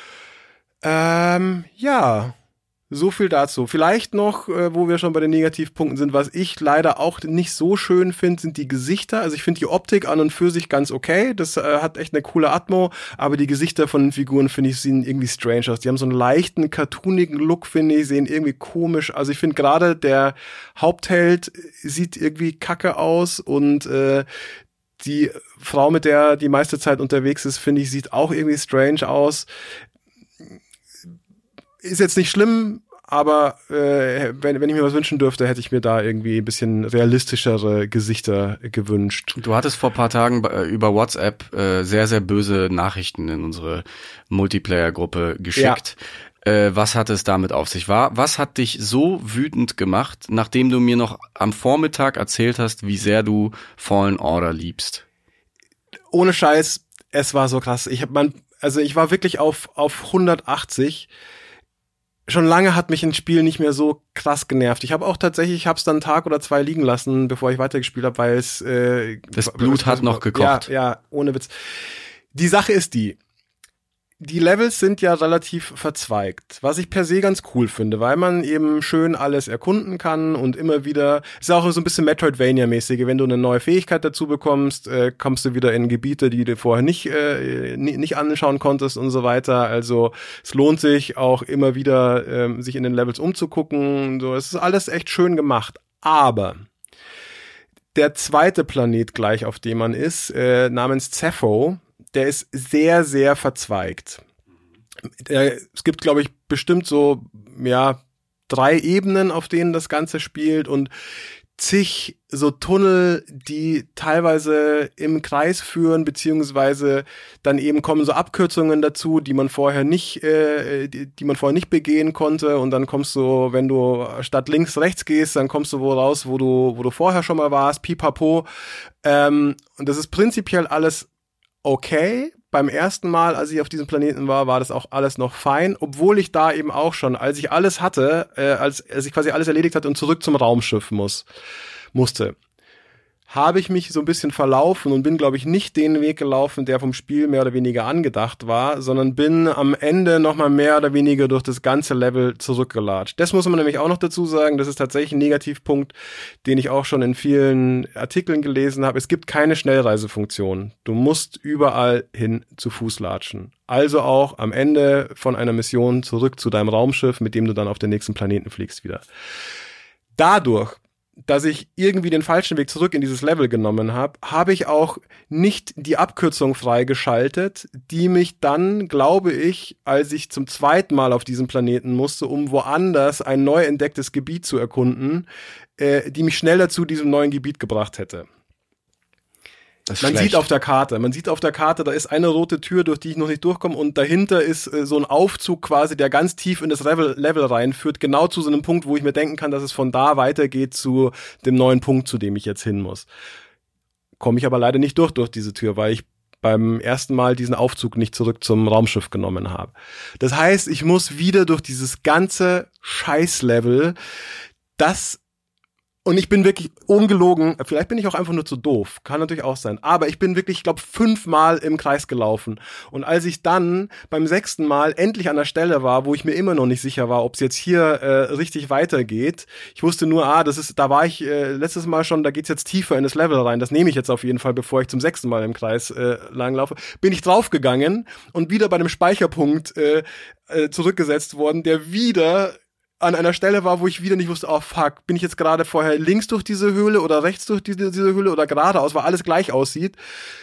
Ähm, ja, so viel dazu. Vielleicht noch, äh, wo wir schon bei den Negativpunkten sind, was ich leider auch nicht so schön finde, sind die Gesichter. Also ich finde die Optik an und für sich ganz okay. Das äh, hat echt eine coole Atmo, aber die Gesichter von den Figuren, finde ich, sehen irgendwie strange aus. Die haben so einen leichten, cartoonigen Look, finde ich, sehen irgendwie komisch. Also ich finde gerade der Hauptheld sieht irgendwie kacke aus und äh, die Frau, mit der die meiste Zeit unterwegs ist, finde ich, sieht auch irgendwie strange aus. Ist jetzt nicht schlimm, aber äh, wenn, wenn ich mir was wünschen dürfte, hätte ich mir da irgendwie ein bisschen realistischere Gesichter gewünscht. Du hattest vor ein paar Tagen bei- über WhatsApp äh, sehr, sehr böse Nachrichten in unsere Multiplayer-Gruppe geschickt. Äh, was hat es damit auf sich? War, was hat dich so wütend gemacht, nachdem du mir noch am Vormittag erzählt hast, wie sehr du Fallen Order liebst? Ohne Scheiß, es war so krass. Ich hab man, also ich war wirklich auf auf hundertachtzig. Schon lange hat mich ein Spiel nicht mehr so krass genervt. Ich habe auch tatsächlich, ich habe es dann einen Tag oder zwei liegen lassen, bevor ich weitergespielt habe, weil es äh, das Blut hat noch gekocht. Ja, ja, ohne Witz. Die Sache ist die, die Levels sind ja relativ verzweigt, was ich per se ganz cool finde, weil man eben schön alles erkunden kann und immer wieder, ist auch so ein bisschen Metroidvania-mäßige, wenn du eine neue Fähigkeit dazu bekommst, äh, kommst du wieder in Gebiete, die du vorher nicht, äh, nicht anschauen konntest und so weiter. Also es lohnt sich auch immer wieder, äh, sich in den Levels umzugucken. So, es ist alles echt schön gemacht. Aber der zweite Planet gleich, auf dem man ist, äh, namens Zepho, der ist sehr, sehr verzweigt. Der, es gibt, glaube ich, bestimmt so, ja, drei Ebenen, auf denen das Ganze spielt und zig so Tunnel, die teilweise im Kreis führen, beziehungsweise dann eben kommen so Abkürzungen dazu, die man vorher nicht, äh, die, die man vorher nicht begehen konnte und dann kommst du, wenn du statt links rechts gehst, dann kommst du wo raus, wo du, wo du vorher schon mal warst, pipapo. Ähm, und das ist prinzipiell alles okay. Beim ersten Mal, als ich auf diesem Planeten war, war das auch alles noch fein, obwohl ich da eben auch schon, als ich alles hatte, äh, als, als ich quasi alles erledigt hatte und zurück zum Raumschiff muss, musste, habe ich mich so ein bisschen verlaufen und bin, glaube ich, nicht den Weg gelaufen, der vom Spiel mehr oder weniger angedacht war, sondern bin am Ende nochmal mehr oder weniger durch das ganze Level zurückgelatscht. Das muss man nämlich auch noch dazu sagen, das ist tatsächlich ein Negativpunkt, den ich auch schon in vielen Artikeln gelesen habe. Es gibt keine Schnellreisefunktion. Du musst überall hin zu Fuß latschen. Also auch am Ende von einer Mission zurück zu deinem Raumschiff, mit dem du dann auf den nächsten Planeten fliegst wieder. Dadurch, dass ich irgendwie den falschen Weg zurück in dieses Level genommen habe, habe ich auch nicht die Abkürzung freigeschaltet, die mich dann, glaube ich, als ich zum zweiten Mal auf diesen Planeten musste, um woanders ein neu entdecktes Gebiet zu erkunden, äh, die mich schneller zu diesem neuen Gebiet gebracht hätte. Man schlecht. sieht auf der Karte, man sieht auf der Karte, da ist eine rote Tür, durch die ich noch nicht durchkomme und dahinter ist äh, so ein Aufzug quasi, der ganz tief in das Level, Level reinführt, genau zu so einem Punkt, wo ich mir denken kann, dass es von da weitergeht zu dem neuen Punkt, zu dem ich jetzt hin muss. Komme ich aber leider nicht durch, durch diese Tür, weil ich beim ersten Mal diesen Aufzug nicht zurück zum Raumschiff genommen habe. Das heißt, ich muss wieder durch dieses ganze Scheiß-Level, das und ich bin wirklich ungelogen, vielleicht bin ich auch einfach nur zu doof, kann natürlich auch sein, aber ich bin wirklich, ich glaube, fünfmal im Kreis gelaufen. Und als ich dann beim sechsten Mal endlich an der Stelle war, wo ich mir immer noch nicht sicher war, ob es jetzt hier äh, richtig weitergeht, ich wusste nur, ah, das ist, da war ich äh, letztes Mal schon, da geht's jetzt tiefer in das Level rein, das nehme ich jetzt auf jeden Fall, bevor ich zum sechsten Mal im Kreis äh, langlaufe, bin ich draufgegangen und wieder bei dem Speicherpunkt äh, äh, zurückgesetzt worden, der wieder an einer Stelle war, wo ich wieder nicht wusste, oh fuck, bin ich jetzt gerade vorher links durch diese Höhle oder rechts durch diese, diese Höhle oder geradeaus, weil alles gleich aussieht.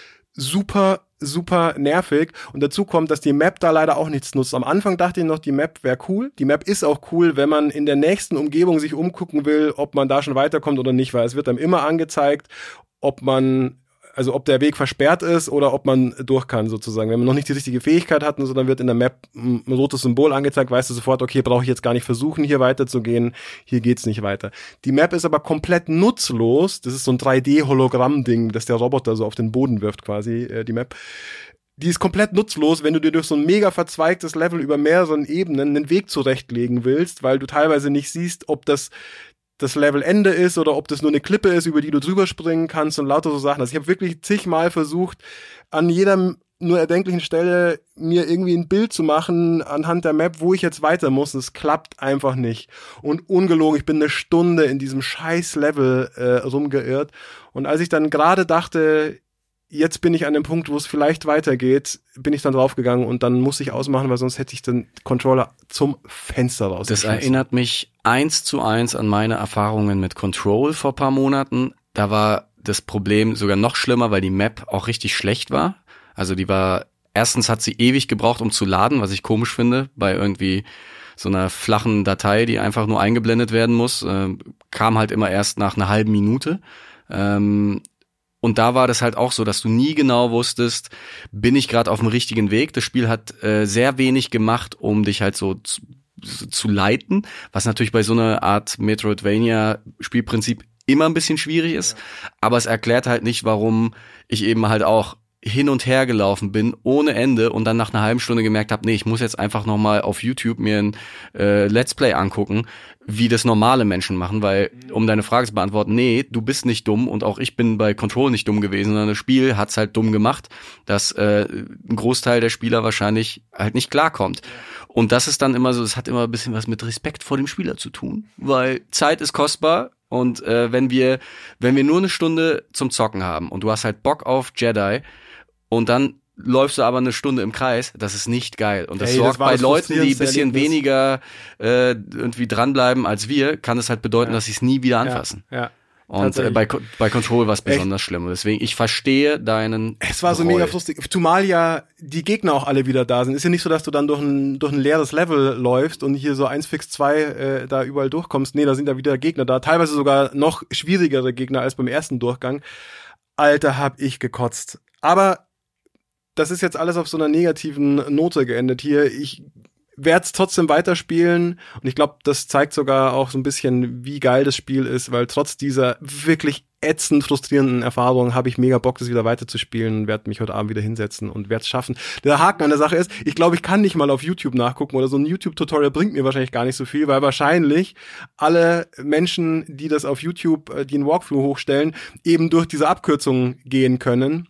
Super, super nervig. Und dazu kommt, dass die Map da leider auch nichts nutzt. Am Anfang dachte ich noch, die Map wäre cool. Die Map ist auch cool, wenn man in der nächsten Umgebung sich umgucken will, ob man da schon weiterkommt oder nicht, weil es wird einem immer angezeigt, ob man also ob der Weg versperrt ist oder ob man durch kann sozusagen. Wenn man noch nicht die richtige Fähigkeit hat, so, dann wird in der Map ein rotes Symbol angezeigt, weißt du sofort, okay, brauche ich jetzt gar nicht versuchen, hier weiterzugehen, hier geht's nicht weiter. Die Map ist aber komplett nutzlos, das ist so ein drei D-Hologramm-Ding, das der Roboter so auf den Boden wirft quasi, äh, die Map. Die ist komplett nutzlos, wenn du dir durch so ein mega verzweigtes Level über mehreren Ebenen einen Weg zurechtlegen willst, weil du teilweise nicht siehst, ob das das Levelende ist oder ob das nur eine Klippe ist, über die du drüber springen kannst und lauter so Sachen. Also ich habe wirklich zigmal versucht, an jeder nur erdenklichen Stelle mir irgendwie ein Bild zu machen anhand der Map, wo ich jetzt weiter muss. Es klappt einfach nicht. Und ungelogen, ich bin eine Stunde in diesem scheiß Level äh, rumgeirrt. Und als ich dann gerade dachte, jetzt bin ich an dem Punkt, wo es vielleicht weitergeht, bin ich dann draufgegangen und dann muss ich ausmachen, weil sonst hätte ich den Controller zum Fenster rausgeschmissen. Das erinnert mich eins zu eins an meine Erfahrungen mit Control vor paar Monaten. Da war das Problem sogar noch schlimmer, weil die Map auch richtig schlecht war. Also die war, erstens hat sie ewig gebraucht, um zu laden, was ich komisch finde, bei irgendwie so einer flachen Datei, die einfach nur eingeblendet werden muss, äh, kam halt immer erst nach einer halben Minute. Ähm, Und da war das halt auch so, dass du nie genau wusstest, bin ich gerade auf dem richtigen Weg. Das Spiel hat äh, sehr wenig gemacht, um dich halt so zu, zu leiten, was natürlich bei so einer Art Metroidvania-Spielprinzip immer ein bisschen schwierig ist. Aber es erklärt halt nicht, warum ich eben halt auch hin und her gelaufen bin, ohne Ende, und dann nach einer halben Stunde gemerkt habe, nee, ich muss jetzt einfach nochmal auf YouTube mir ein äh, Let's Play angucken, wie das normale Menschen machen, weil, um deine Frage zu beantworten, nee, du bist nicht dumm, und auch ich bin bei Control nicht dumm gewesen, sondern das Spiel hat's halt dumm gemacht, dass äh, ein Großteil der Spieler wahrscheinlich halt nicht klarkommt. Und das ist dann immer so, es hat immer ein bisschen was mit Respekt vor dem Spieler zu tun, weil Zeit ist kostbar. Und äh, wenn wir wenn wir nur eine Stunde zum Zocken haben und du hast halt Bock auf Jedi und dann läufst du aber eine Stunde im Kreis, das ist nicht geil. Und das Ey, sorgt das war bei das Leuten, die ein bisschen frustrierendste weniger äh, irgendwie dranbleiben als wir, kann es halt bedeuten, Ja. dass sie es nie wieder anfassen. Ja, ja. Und äh, Tatsächlich. bei, Co- bei Control war es besonders schlimm. Und deswegen, ich verstehe deinen Es war so Groll. mega frustrierend, zumal ja die Gegner auch alle wieder da sind. Ist ja nicht so, dass du dann durch ein, durch ein leeres Level läufst und hier so eins fix zwei äh, da überall durchkommst. Nee, da sind da wieder Gegner da. Teilweise sogar noch schwierigere Gegner als beim ersten Durchgang. Alter, hab ich gekotzt. Aber das ist jetzt alles auf so einer negativen Note geendet hier. Ich werde es trotzdem weiterspielen und ich glaube, das zeigt sogar auch so ein bisschen, wie geil das Spiel ist, weil trotz dieser wirklich ätzend frustrierenden Erfahrung habe ich mega Bock, das wieder weiterzuspielen und werde mich heute Abend wieder hinsetzen und werde es schaffen. Der Haken an der Sache ist, ich glaube, ich kann nicht mal auf YouTube nachgucken oder so ein YouTube-Tutorial bringt mir wahrscheinlich gar nicht so viel, weil wahrscheinlich alle Menschen, die das auf YouTube, die einen Walkthrough hochstellen, eben durch diese Abkürzungen gehen können.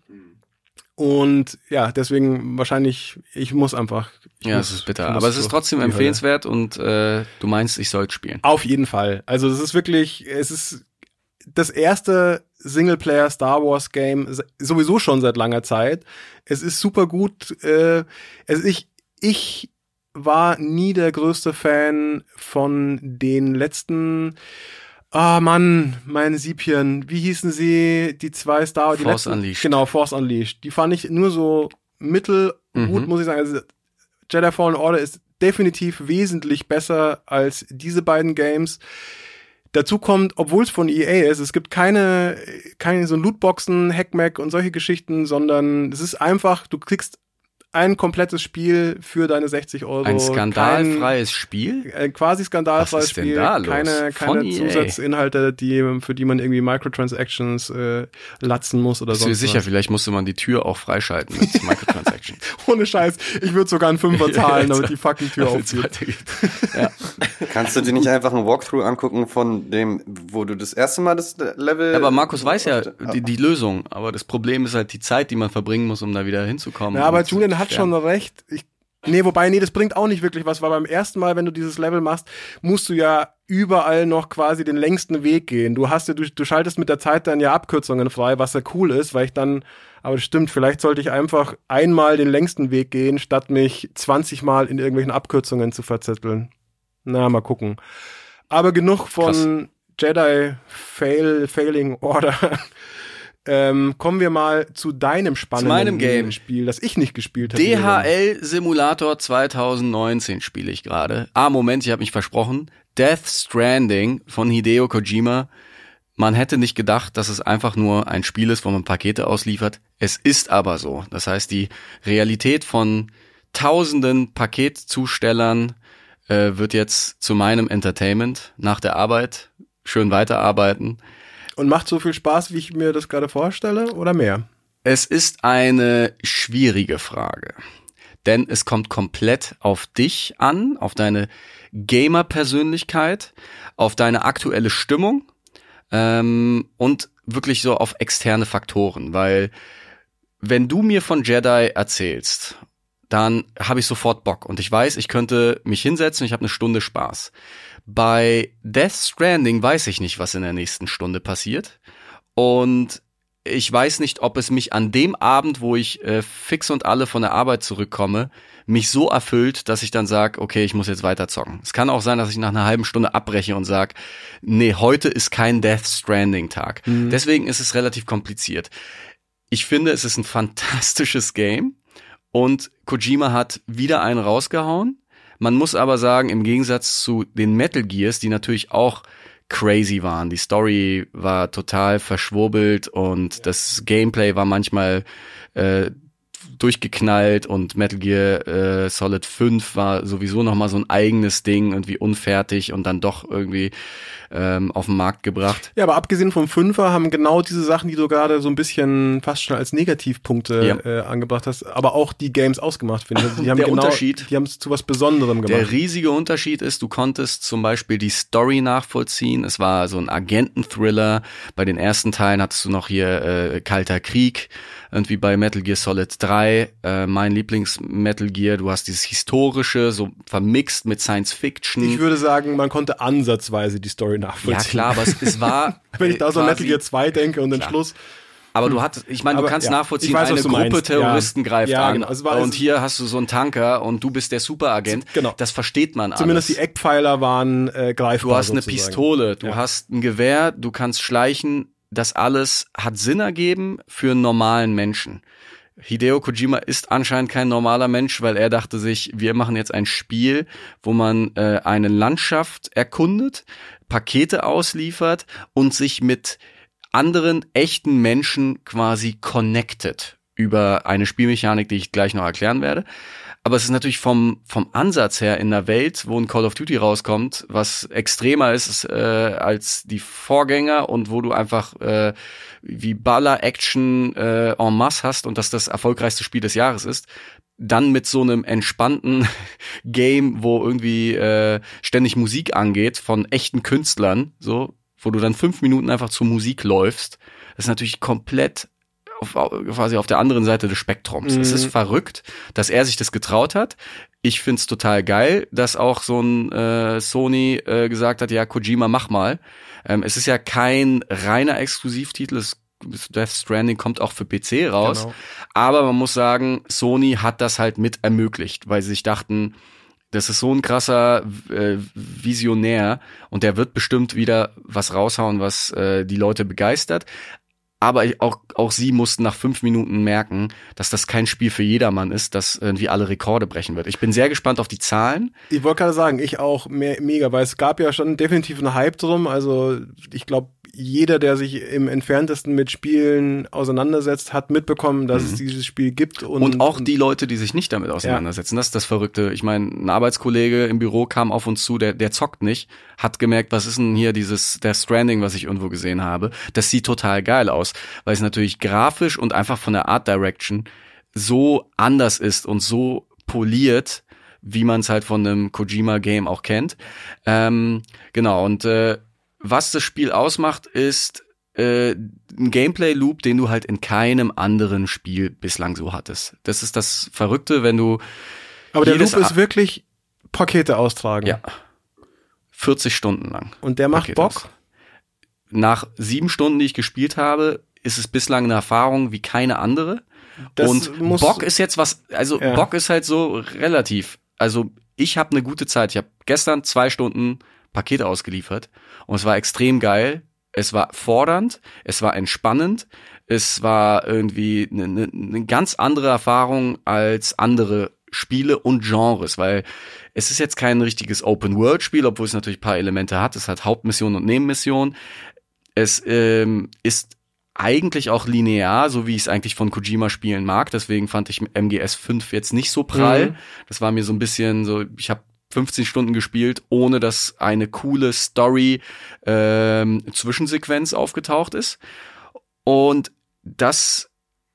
Und ja, deswegen wahrscheinlich, ich muss einfach. Ich Ja, muss, es ist bitter. ich muss Aber es ist durch trotzdem die Hölle. empfehlenswert und äh, du meinst, ich soll spielen. Auf jeden Fall. Also es ist wirklich, es ist das erste Singleplayer Star Wars Game sowieso schon seit langer Zeit. Es ist super gut. Äh, also ich, ich war nie der größte Fan von den letzten. Ah, oh Mann, meine Siebchen. Wie hießen sie? Die zwei Star die Force letzten, Unleashed. Genau, Force Unleashed. Die fand ich nur so mittelgut, Mhm. muss ich sagen. Also Jedi Fallen Order ist definitiv wesentlich besser als diese beiden Games. Dazu kommt, obwohl es von E A ist, es gibt keine, keine so Lootboxen, Hackmack und solche Geschichten, sondern es ist einfach, du kriegst ein komplettes Spiel für deine sechzig Euro. Ein skandalfreies Spiel? Kein, äh, quasi skandalfreies Was ist denn Spiel. da los? Keine, Von keine E A? Zusatzinhalte, die, für die man irgendwie Microtransactions äh, latzen muss oder Bist du sonst sicher, was. vielleicht musste man die Tür auch freischalten mit Microtransactions. Ohne Scheiß. Ich würde sogar einen Fünfer zahlen, Ja, damit die fucking Tür Damit's aufgeht. weitergeht. Ja. Kannst du dir nicht einfach einen Walkthrough angucken von dem, wo du das erste Mal das Level... Aber Markus weiß ja die, die Lösung. Aber das Problem ist halt die Zeit, die man verbringen muss, um da wieder hinzukommen. Ja, aber und zu Julian hat sterben. schon recht. Ich, nee, wobei, nee, das bringt auch nicht wirklich was, weil beim ersten Mal, wenn du dieses Level machst, musst du ja überall noch quasi den längsten Weg gehen. Du hast ja, du, du schaltest mit der Zeit dann ja Abkürzungen frei, was ja cool ist, weil ich dann, aber das stimmt, vielleicht sollte ich einfach einmal den längsten Weg gehen, statt mich zwanzig Mal in irgendwelchen Abkürzungen zu verzetteln. Na, mal gucken. Aber genug von Jedi Fail, Failing Order. Ähm, kommen wir mal zu deinem spannenden Zu meinem Game. Spiel, das ich nicht gespielt habe. D H L Simulator zwanzig neunzehn spiele ich gerade. Ah, Moment, ich habe mich versprochen. Death Stranding von Hideo Kojima. Man hätte nicht gedacht, dass es einfach nur ein Spiel ist, wo man Pakete ausliefert. Es ist aber so. Das heißt, die Realität von tausenden Paketzustellern äh, wird jetzt zu meinem Entertainment nach der Arbeit. Schön weiterarbeiten. Und macht so viel Spaß, wie ich mir das gerade vorstelle, oder mehr? Es ist eine schwierige Frage, denn es kommt komplett auf dich an, auf deine Gamer-Persönlichkeit, auf deine aktuelle Stimmung ähm, und wirklich so auf externe Faktoren, weil wenn du mir von Jedi erzählst, dann habe ich sofort Bock und ich weiß, ich könnte mich hinsetzen, ich habe eine Stunde Spaß. Bei Death Stranding weiß ich nicht, was in der nächsten Stunde passiert und ich weiß nicht, ob es mich an dem Abend, wo ich äh, fix und alle von der Arbeit zurückkomme, mich so erfüllt, dass ich dann sage, okay, ich muss jetzt weiter zocken. Es kann auch sein, dass ich nach einer halben Stunde abbreche und sage, nee, heute ist kein Death Stranding-Tag. Mhm. Deswegen ist es relativ kompliziert. Ich finde, es ist ein fantastisches Game und Kojima hat wieder einen rausgehauen. Man muss aber sagen, im Gegensatz zu den Metal Gears, die natürlich auch crazy waren. Die Story war total verschwurbelt und ja. das Gameplay war manchmal äh, durchgeknallt und Metal Gear äh, Solid fünf war sowieso nochmal so ein eigenes Ding, irgendwie unfertig und dann doch irgendwie ähm, auf den Markt gebracht. Ja, aber abgesehen vom Fünfer haben genau diese Sachen, die du gerade so ein bisschen fast schon als Negativpunkte ja. äh, angebracht hast, aber auch die Games ausgemacht, finde ich. Also die haben Der genau, Unterschied, die haben es zu was Besonderem gemacht. Der riesige Unterschied ist, du konntest zum Beispiel die Story nachvollziehen. Es war so ein Agenten-Thriller. Bei den ersten Teilen hattest du noch hier äh, Kalter Krieg, irgendwie bei Metal Gear Solid drei, äh, mein Lieblings-Metal Gear. Du hast dieses Historische, so vermixt mit Science-Fiction. Ich würde sagen, man konnte ansatzweise die Story nachvollziehen. Ja klar, aber es, es war wenn ich da so an Metal Gear zwei denke und den klar. Schluss. Aber du hattest, ich meine, du aber, kannst ja, nachvollziehen, weiß, eine Gruppe meinst. Terroristen ja. greift ja, an genau. Also war, und hier hast du so einen Tanker und du bist der Superagent. Genau. Das versteht man Zumindest alles. die Eckpfeiler waren äh, greifbar. Du hast sozusagen. eine Pistole, du ja. hast ein Gewehr, du kannst schleichen. Das alles hat Sinn ergeben für einen normalen Menschen. Hideo Kojima ist anscheinend kein normaler Mensch, weil er dachte sich, wir machen jetzt ein Spiel, wo man äh, eine Landschaft erkundet, Pakete ausliefert und sich mit anderen echten Menschen quasi connected über eine Spielmechanik, die ich gleich noch erklären werde. Aber es ist natürlich vom vom Ansatz her in der Welt, wo ein Call of Duty rauskommt, was extremer ist äh, als die Vorgänger und wo du einfach äh, wie Baller-Action äh, en masse hast und das das erfolgreichste Spiel des Jahres ist, dann mit so einem entspannten Game, wo irgendwie äh, ständig Musik angeht von echten Künstlern, so, wo du dann fünf Minuten einfach zur Musik läufst, das ist natürlich komplett Auf, quasi auf der anderen Seite des Spektrums. Mhm. Es ist verrückt, dass er sich das getraut hat. Ich find's total geil, dass auch so ein äh, Sony äh, gesagt hat, ja, Kojima, mach mal. Ähm, es ist ja kein reiner Exklusivtitel, es, Death Stranding kommt auch für P C raus. Genau. Aber man muss sagen, Sony hat das halt mit ermöglicht, weil sie sich dachten, das ist so ein krasser äh, Visionär und der wird bestimmt wieder was raushauen, was äh, die Leute begeistert. Aber auch, auch sie mussten nach fünf Minuten merken, dass das kein Spiel für jedermann ist, das irgendwie alle Rekorde brechen wird. Ich bin sehr gespannt auf die Zahlen. Ich wollte gerade sagen, ich auch me- mega, weil es gab ja schon definitiv einen Hype drum. Also ich glaube, jeder, der sich im Entferntesten mit Spielen auseinandersetzt, hat mitbekommen, dass mhm. es dieses Spiel gibt. Und, und auch die Leute, die sich nicht damit auseinandersetzen. Ja. Das ist das Verrückte. Ich meine, ein Arbeitskollege im Büro kam auf uns zu, der, der zockt nicht, hat gemerkt, was ist denn hier dieses Death Stranding, was ich irgendwo gesehen habe. Das sieht total geil aus, weil es natürlich grafisch und einfach von der Art Direction so anders ist und so poliert, wie man es halt von einem Kojima-Game auch kennt. Ähm, genau, und äh, was das Spiel ausmacht, ist äh, ein Gameplay-Loop, den du halt in keinem anderen Spiel bislang so hattest. Das ist das Verrückte, wenn du Aber der Loop ist wirklich Pakete austragen. Ja. vierzig Stunden lang. Und der macht Pakete Bock? Aus. Nach sieben Stunden, die ich gespielt habe, ist es bislang eine Erfahrung wie keine andere. Das und Bock ist jetzt was, also ja. Bock ist halt so relativ. Also ich habe eine gute Zeit. Ich habe gestern zwei Stunden Pakete ausgeliefert und es war extrem geil. Es war fordernd, es war entspannend, es war irgendwie eine, eine, eine ganz andere Erfahrung als andere Spiele und Genres, weil es ist jetzt kein richtiges Open-World-Spiel, obwohl es natürlich ein paar Elemente hat. Es hat Hauptmission und Nebenmission. Es ähm, ist eigentlich auch linear, so wie ich es eigentlich von Kojima spielen mag. Deswegen fand ich M G S fünf jetzt nicht so prall. Mhm. Das war mir so ein bisschen so, ich habe fünfzehn Stunden gespielt, ohne dass eine coole Story ähm, Zwischensequenz aufgetaucht ist. Und das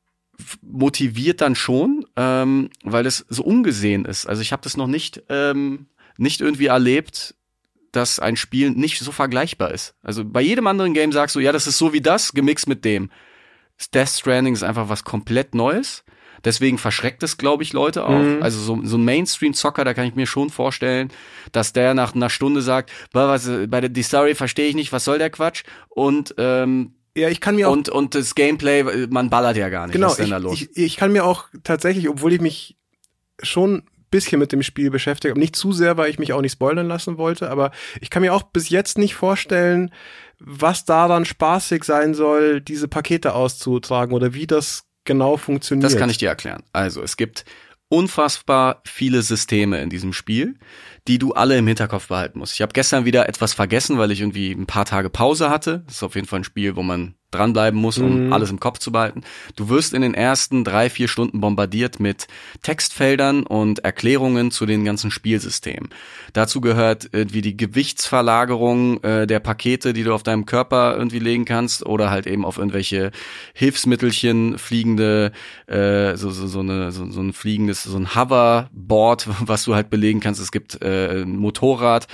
motiviert dann schon, ähm, weil es so ungesehen ist. Also ich habe das noch nicht ähm, nicht irgendwie erlebt, dass ein Spiel nicht so vergleichbar ist. Also bei jedem anderen Game sagst du, ja, das ist so wie das, gemixt mit dem. Death Stranding ist einfach was komplett Neues. Deswegen verschreckt es, glaube ich, Leute auch. Mhm. Also so, so ein Mainstream-Zocker, da kann ich mir schon vorstellen, dass der nach einer Stunde sagt, was, bei der die Story verstehe ich nicht, was soll der Quatsch? Und ähm, ja, ich kann mir auch und und das Gameplay, man ballert ja gar nicht. Genau, was ist denn ich, da los? Ich, ich kann mir auch tatsächlich, obwohl ich mich schon bisschen mit dem Spiel beschäftigt habe, nicht zu sehr, weil ich mich auch nicht spoilern lassen wollte, aber ich kann mir auch bis jetzt nicht vorstellen, was daran spaßig sein soll, diese Pakete auszutragen oder wie das genau funktioniert. Das kann ich dir erklären. Also es gibt unfassbar viele Systeme in diesem Spiel, die du alle im Hinterkopf behalten musst. Ich habe gestern wieder etwas vergessen, weil ich irgendwie ein paar Tage Pause hatte. Das ist auf jeden Fall ein Spiel, wo man dranbleiben muss, um mhm. alles im Kopf zu behalten. Du wirst in den ersten drei, vier Stunden bombardiert mit Textfeldern und Erklärungen zu den ganzen Spielsystemen. Dazu gehört irgendwie die Gewichtsverlagerung äh, der Pakete, die du auf deinem Körper irgendwie legen kannst oder halt eben auf irgendwelche Hilfsmittelchen, fliegende, äh, so, so, so, eine, so, so ein fliegendes, so ein Hoverboard, was du halt belegen kannst. Es gibt äh, ein Motorrad.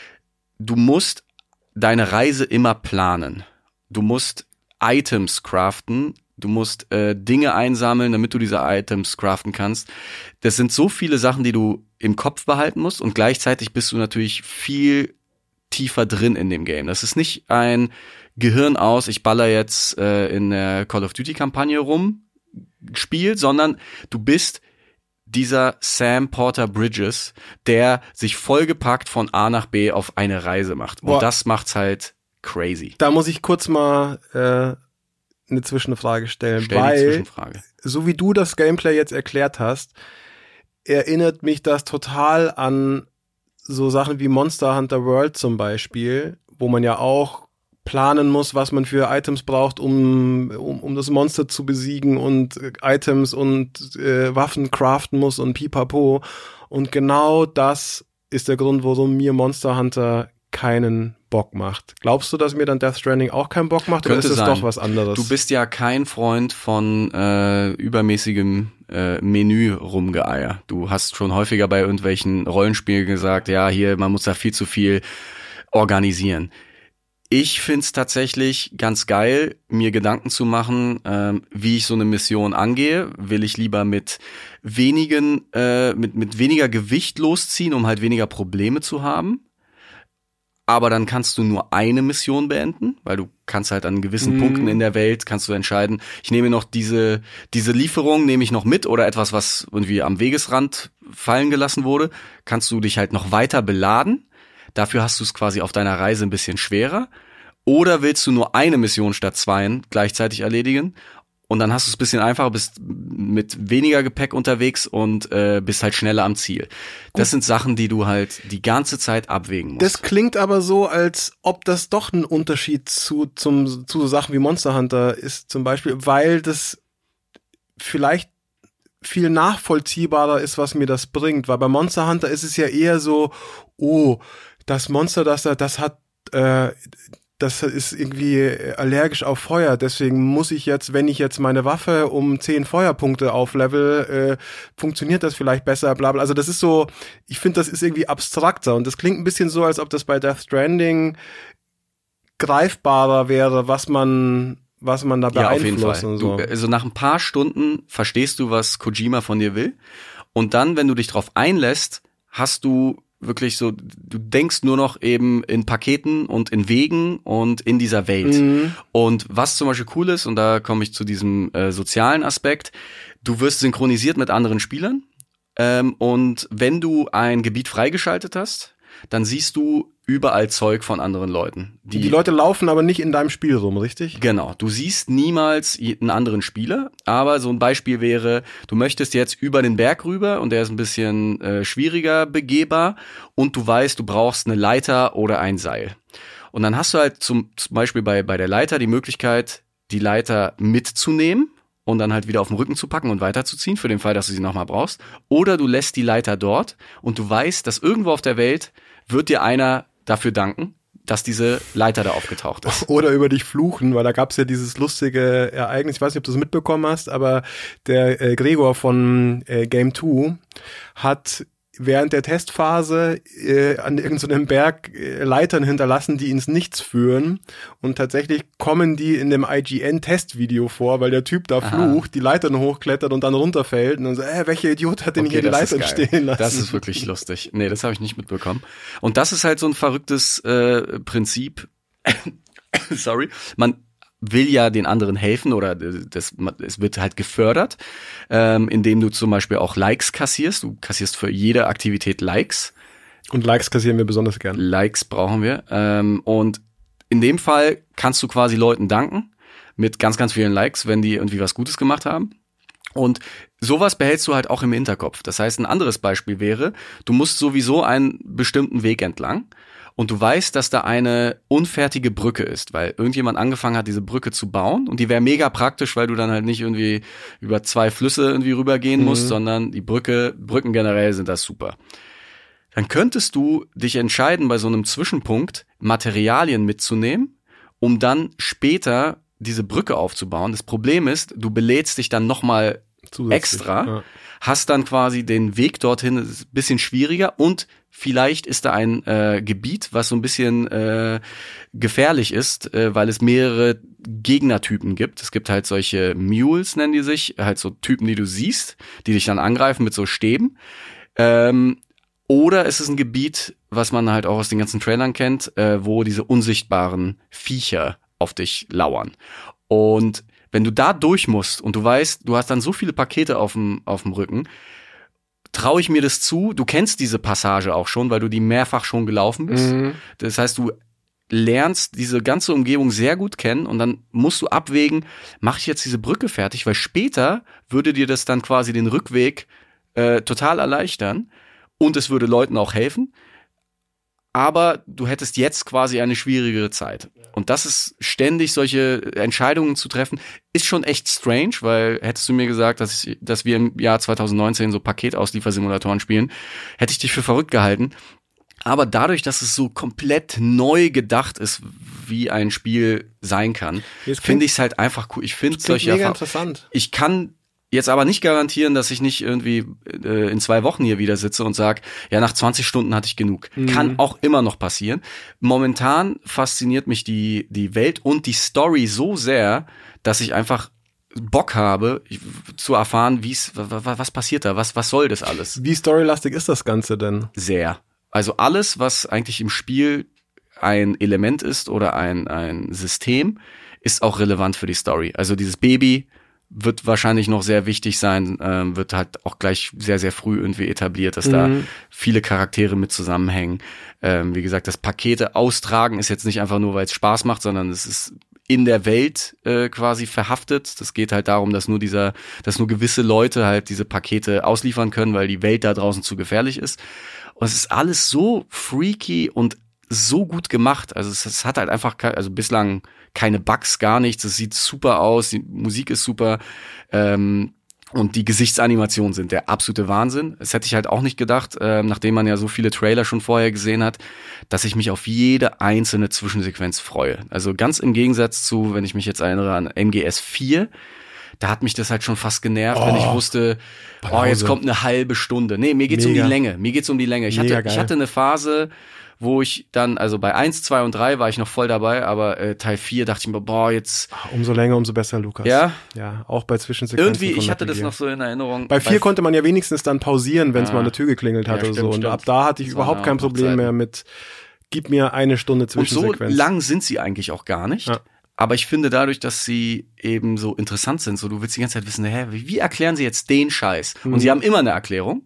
Du musst deine Reise immer planen. Du musst Items craften, du musst äh, Dinge einsammeln, damit du diese Items craften kannst. Das sind so viele Sachen, die du im Kopf behalten musst und gleichzeitig bist du natürlich viel tiefer drin in dem Game. Das ist nicht ein Gehirn aus, ich baller jetzt äh, in der Call of Duty Kampagne rum Spiel, sondern du bist dieser Sam Porter Bridges, der sich vollgepackt von A nach B auf eine Reise macht. Und Boah. das macht's halt crazy. Da muss ich kurz mal äh, eine Zwischenfrage stellen, Stell weil die Zwischenfrage. So wie du das Gameplay jetzt erklärt hast, erinnert mich das total an so Sachen wie Monster Hunter World zum Beispiel, wo man ja auch planen muss, was man für Items braucht, um um, um das Monster zu besiegen und äh, Items und äh, Waffen craften muss und pipapo. Und genau das ist der Grund, warum mir Monster Hunter keinen Bock macht. Glaubst du, dass mir dann Death Stranding auch keinen Bock macht, Könnte oder ist es sein. doch was anderes? Du bist ja kein Freund von äh, übermäßigem äh, Menü rumgeeier. Du hast schon häufiger bei irgendwelchen Rollenspielen gesagt, ja, hier, man muss da viel zu viel organisieren. Ich find's tatsächlich ganz geil, mir Gedanken zu machen, ähm, wie ich so eine Mission angehe. Will ich lieber mit wenigen, äh, mit mit weniger Gewicht losziehen, um halt weniger Probleme zu haben? Aber dann kannst du nur eine Mission beenden, weil du kannst halt an gewissen mm. Punkten in der Welt, kannst du entscheiden, ich nehme noch diese diese Lieferung, nehme ich noch mit oder etwas, was irgendwie am Wegesrand fallen gelassen wurde, kannst du dich halt noch weiter beladen. Dafür hast du es quasi auf deiner Reise ein bisschen schwerer. Oder willst du nur eine Mission statt zweien gleichzeitig erledigen? Und dann hast du es ein bisschen einfacher, bist mit weniger Gepäck unterwegs und äh, bist halt schneller am Ziel. Das Gut. sind Sachen, die du halt die ganze Zeit abwägen musst. Das klingt aber so, als ob das doch ein Unterschied zu zum zu so Sachen wie Monster Hunter ist zum Beispiel, weil das vielleicht viel nachvollziehbarer ist, was mir das bringt. Weil bei Monster Hunter ist es ja eher so, oh, das Monster, das da, das hat äh, das ist irgendwie allergisch auf Feuer, deswegen muss ich jetzt, wenn ich jetzt meine Waffe um zehn Feuerpunkte auflevel, äh, funktioniert das vielleicht besser, bla bla. Also das ist so, ich finde, das ist irgendwie abstrakter und das klingt ein bisschen so, als ob das bei Death Stranding greifbarer wäre, was man was man da beeinflusst. Ja, auf jeden Fall. Und so. Du, also nach ein paar Stunden verstehst du, was Kojima von dir will und dann, wenn du dich drauf einlässt, hast du wirklich so, du denkst nur noch eben in Paketen und in Wegen und in dieser Welt. Mhm. Und was zum Beispiel cool ist, und da komme ich zu diesem äh, sozialen Aspekt, du wirst synchronisiert mit anderen Spielern ähm, und wenn du ein Gebiet freigeschaltet hast, dann siehst du überall Zeug von anderen Leuten. Die, die Leute laufen aber nicht in deinem Spiel rum, richtig? Genau. Du siehst niemals einen anderen Spieler, aber so ein Beispiel wäre, du möchtest jetzt über den Berg rüber und der ist ein bisschen äh, schwieriger begehbar und du weißt, du brauchst eine Leiter oder ein Seil. Und dann hast du halt zum, zum Beispiel bei, bei der Leiter die Möglichkeit, die Leiter mitzunehmen und dann halt wieder auf den Rücken zu packen und weiterzuziehen, für den Fall, dass du sie nochmal brauchst. Oder du lässt die Leiter dort und du weißt, dass irgendwo auf der Welt wird dir einer dafür danken, dass diese Leiter da aufgetaucht ist. Oder über dich fluchen, weil da gab's ja dieses lustige Ereignis, ich weiß nicht, ob du es mitbekommen hast, aber der äh, Gregor von äh, Game zwei hat während der Testphase äh, an irgendeinem Berg äh, Leitern hinterlassen, die ins Nichts führen. Und tatsächlich kommen die in dem I G N-Testvideo vor, weil der Typ da Aha. flucht, die Leitern hochklettert und dann runterfällt. Und dann so, äh, welcher Idiot hat denn okay, hier die Leitern stehen lassen? Das ist wirklich lustig. Nee, das habe ich nicht mitbekommen. Und das ist halt so ein verrücktes äh, Prinzip. Sorry. Man will ja den anderen helfen oder das, es wird halt gefördert, ähm, indem du zum Beispiel auch Likes kassierst. Du kassierst für jede Aktivität Likes. Und Likes kassieren wir besonders gern. Likes brauchen wir. Ähm, und in dem Fall kannst du quasi Leuten danken mit ganz, ganz vielen Likes, wenn die irgendwie was Gutes gemacht haben. Und sowas behältst du halt auch im Hinterkopf. Das heißt, ein anderes Beispiel wäre, du musst sowieso einen bestimmten Weg entlang und du weißt, dass da eine unfertige Brücke ist, weil irgendjemand angefangen hat, diese Brücke zu bauen und die wäre mega praktisch, weil du dann halt nicht irgendwie über zwei Flüsse irgendwie rübergehen musst, mhm. sondern die Brücke, Brücken generell sind das super. Dann könntest du dich entscheiden, bei so einem Zwischenpunkt Materialien mitzunehmen, um dann später diese Brücke aufzubauen. Das Problem ist, du belädst dich dann nochmal extra, ja. hast dann quasi den Weg dorthin, ist ein bisschen schwieriger und vielleicht ist da ein äh, Gebiet, was so ein bisschen äh, gefährlich ist, äh, weil es mehrere Gegnertypen gibt. Es gibt halt solche Mules, nennen die sich, halt so Typen, die du siehst, die dich dann angreifen mit so Stäben. Ähm, oder es ist ein Gebiet, was man halt auch aus den ganzen Trailern kennt, äh, wo diese unsichtbaren Viecher auf dich lauern. Und wenn du da durch musst und du weißt, du hast dann so viele Pakete auf dem auf dem Rücken, traue ich mir das zu. Du kennst diese Passage auch schon, weil du die mehrfach schon gelaufen bist. Mhm. Das heißt, du lernst diese ganze Umgebung sehr gut kennen und dann musst du abwägen, mache ich jetzt diese Brücke fertig, weil später würde dir das dann quasi den Rückweg äh, total erleichtern. Und es würde Leuten auch helfen, aber du hättest jetzt quasi eine schwierigere Zeit. Und das ist ständig solche Entscheidungen zu treffen, ist schon echt strange, weil hättest du mir gesagt, dass, ich, dass wir im Jahr zwanzig neunzehn so Paketausliefersimulatoren spielen, hätte ich dich für verrückt gehalten. Aber dadurch, dass es so komplett neu gedacht ist, wie ein Spiel sein kann, finde ich es halt einfach cool. Ich finde solche mega interessant. Ich kann jetzt aber nicht garantieren, dass ich nicht irgendwie äh, in zwei Wochen hier wieder sitze und sag, ja, nach zwanzig Stunden hatte ich genug. Mhm. Kann auch immer noch passieren. Momentan fasziniert mich die die Welt und die Story so sehr, dass ich einfach Bock habe, zu erfahren, wie es, was passiert da, was was soll das alles? Wie storylastig ist das Ganze denn? Sehr. Also alles, was eigentlich im Spiel ein Element ist oder ein ein System, ist auch relevant für die Story. Also dieses Baby wird wahrscheinlich noch sehr wichtig sein, ähm, wird halt auch gleich sehr, sehr früh irgendwie etabliert, dass mhm. da viele Charaktere mit zusammenhängen. Ähm, wie gesagt, das Pakete austragen ist jetzt nicht einfach nur, weil es Spaß macht, sondern es ist in der Welt äh, quasi verhaftet. Das geht halt darum, dass nur dieser, dass nur gewisse Leute halt diese Pakete ausliefern können, weil die Welt da draußen zu gefährlich ist. Und es ist alles so freaky und so gut gemacht. Also es, es hat halt einfach, ke- also bislang keine Bugs, gar nichts. Es sieht super aus, die Musik ist super ähm, und die Gesichtsanimationen sind der absolute Wahnsinn. Das hätte ich halt auch nicht gedacht, ähm, nachdem man ja so viele Trailer schon vorher gesehen hat, dass ich mich auf jede einzelne Zwischensequenz freue. Also ganz im Gegensatz zu, wenn ich mich jetzt erinnere an M G S vier, da hat mich das halt schon fast genervt, oh, wenn ich wusste, oh, jetzt kommt eine halbe Stunde. Nee, mir geht's Mega. um die Länge. Mir geht's um die Länge. Ich Mega hatte, geil. ich hatte eine Phase, wo ich dann, also bei eins, zwei und drei war ich noch voll dabei, aber äh, Teil vier dachte ich mir, boah, jetzt... Ach, umso länger, umso besser, Lukas. Ja? Ja, auch bei Zwischensequenzen. Irgendwie, ich hatte das noch so in Erinnerung. Bei vier bei konnte man ja wenigstens dann pausieren, wenn es ah. mal eine Tür geklingelt hat ja, oder stimmt, so. Und stimmt. ab da hatte ich das überhaupt kein Problem mehr mit, gib mir eine Stunde Zwischensequenz. Und so lang sind sie eigentlich auch gar nicht. Ja. Aber ich finde dadurch, dass sie eben so interessant sind, so du willst die ganze Zeit wissen, hä, wie, wie erklären sie jetzt den Scheiß? Mhm. Und sie haben immer eine Erklärung.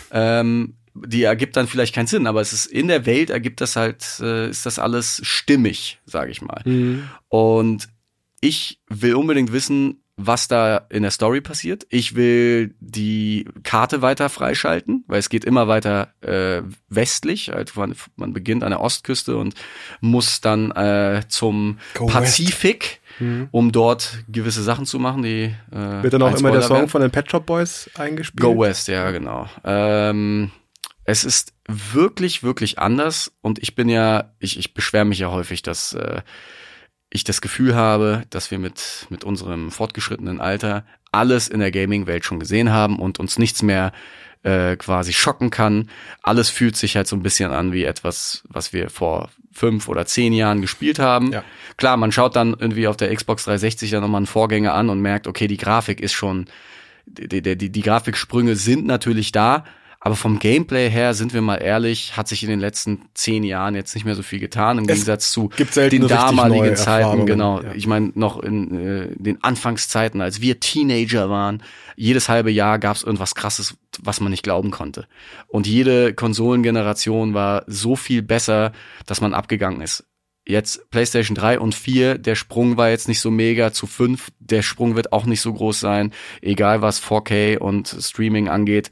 ähm, die ergibt dann vielleicht keinen Sinn, aber es ist in der Welt ergibt das halt, äh, ist das alles stimmig, sage ich mal. Mhm. Und ich will unbedingt wissen, was da in der Story passiert. Ich will die Karte weiter freischalten, weil es geht immer weiter äh, westlich. Also man, man beginnt an der Ostküste und muss dann äh, zum Go Pazifik, mhm. um dort gewisse Sachen zu machen. Die äh, wird dann auch immer der Song werden. von den Pet Shop Boys eingespielt? Go West, ja genau. Ähm, Es ist wirklich, wirklich anders und ich bin ja, ich, ich beschwere mich ja häufig, dass äh, ich das Gefühl habe, dass wir mit mit unserem fortgeschrittenen Alter alles in der Gaming-Welt schon gesehen haben und uns nichts mehr äh, quasi schocken kann. Alles fühlt sich halt so ein bisschen an wie etwas, was wir vor fünf oder zehn Jahren gespielt haben. Ja. Klar, man schaut dann irgendwie auf der Xbox dreihundertsechzig dann nochmal einen Vorgänger an und merkt, okay, die Grafik ist schon, die, die, die, die Grafiksprünge sind natürlich da. Aber vom Gameplay her, sind wir mal ehrlich, hat sich in den letzten zehn Jahren jetzt nicht mehr so viel getan, im es Gegensatz zu den damaligen Zeiten. Genau, ja. Ich meine, noch in äh, den Anfangszeiten, als wir Teenager waren, jedes halbe Jahr gab es irgendwas Krasses, was man nicht glauben konnte. Und jede Konsolengeneration war so viel besser, dass man abgegangen ist. jetzt PlayStation drei und vier, der Sprung war jetzt nicht so mega, zu fünf, der Sprung wird auch nicht so groß sein, egal was vier K und Streaming angeht.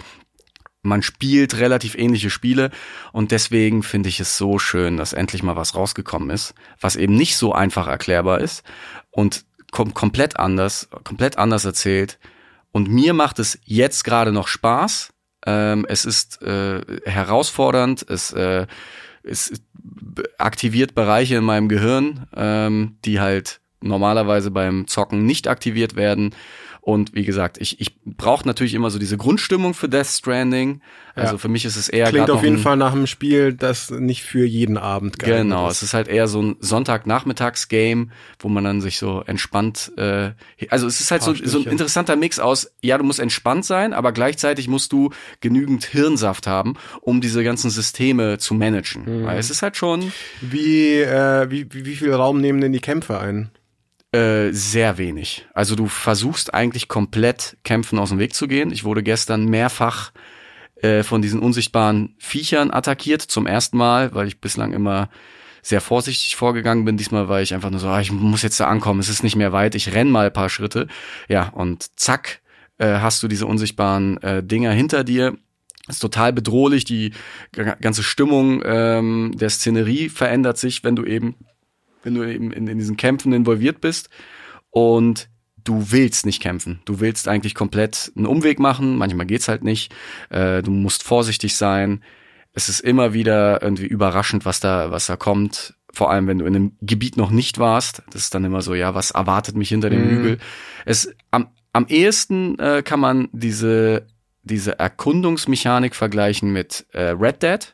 Man spielt relativ ähnliche Spiele und deswegen finde ich es so schön, dass endlich mal was rausgekommen ist, was eben nicht so einfach erklärbar ist und kom- komplett anders, komplett anders erzählt. Und mir macht es jetzt gerade noch Spaß. Ähm, es ist äh, herausfordernd, es, äh, es aktiviert Bereiche in meinem Gehirn, ähm, die halt normalerweise beim Zocken nicht aktiviert werden. Und wie gesagt, ich, ich brauche natürlich immer so diese Grundstimmung für Death Stranding. Also ja. für mich ist es eher Klingt grad auf jeden noch ein, Fall nach einem Spiel, das nicht für jeden Abend geeignet genau, ist. es ist halt eher so ein Sonntagnachmittags-Game, wo man dann sich so entspannt, äh, also es ist halt so, so ein interessanter Mix aus, ja, du musst entspannt sein, aber gleichzeitig musst du genügend Hirnsaft haben, um diese ganzen Systeme zu managen. Mhm. Weil es ist halt schon... Wie, äh, wie, wie, wie viel Raum nehmen denn die Kämpfe ein? Äh, sehr wenig. Also du versuchst eigentlich komplett Kämpfen aus dem Weg zu gehen. Ich wurde gestern mehrfach äh, von diesen unsichtbaren Viechern attackiert, zum ersten Mal, weil ich bislang immer sehr vorsichtig vorgegangen bin. Diesmal war ich einfach nur so, ah, ich muss jetzt da ankommen, es ist nicht mehr weit, ich renn mal ein paar Schritte. Ja, und zack, äh, hast du diese unsichtbaren äh, Dinger hinter dir. Ist total bedrohlich, die g- ganze Stimmung ähm, der Szenerie verändert sich, wenn du eben wenn du eben in, in diesen Kämpfen involviert bist und du willst nicht kämpfen. Du willst eigentlich komplett einen Umweg machen, manchmal geht's halt nicht. Äh, du musst vorsichtig sein. Es ist immer wieder irgendwie überraschend, was da, was da kommt. Vor allem, wenn du in einem Gebiet noch nicht warst. Das ist dann immer so, ja, was erwartet mich hinter dem Mhm. Hügel? Es, am, am ehesten äh, kann man diese, diese Erkundungsmechanik vergleichen mit äh, Red Dead,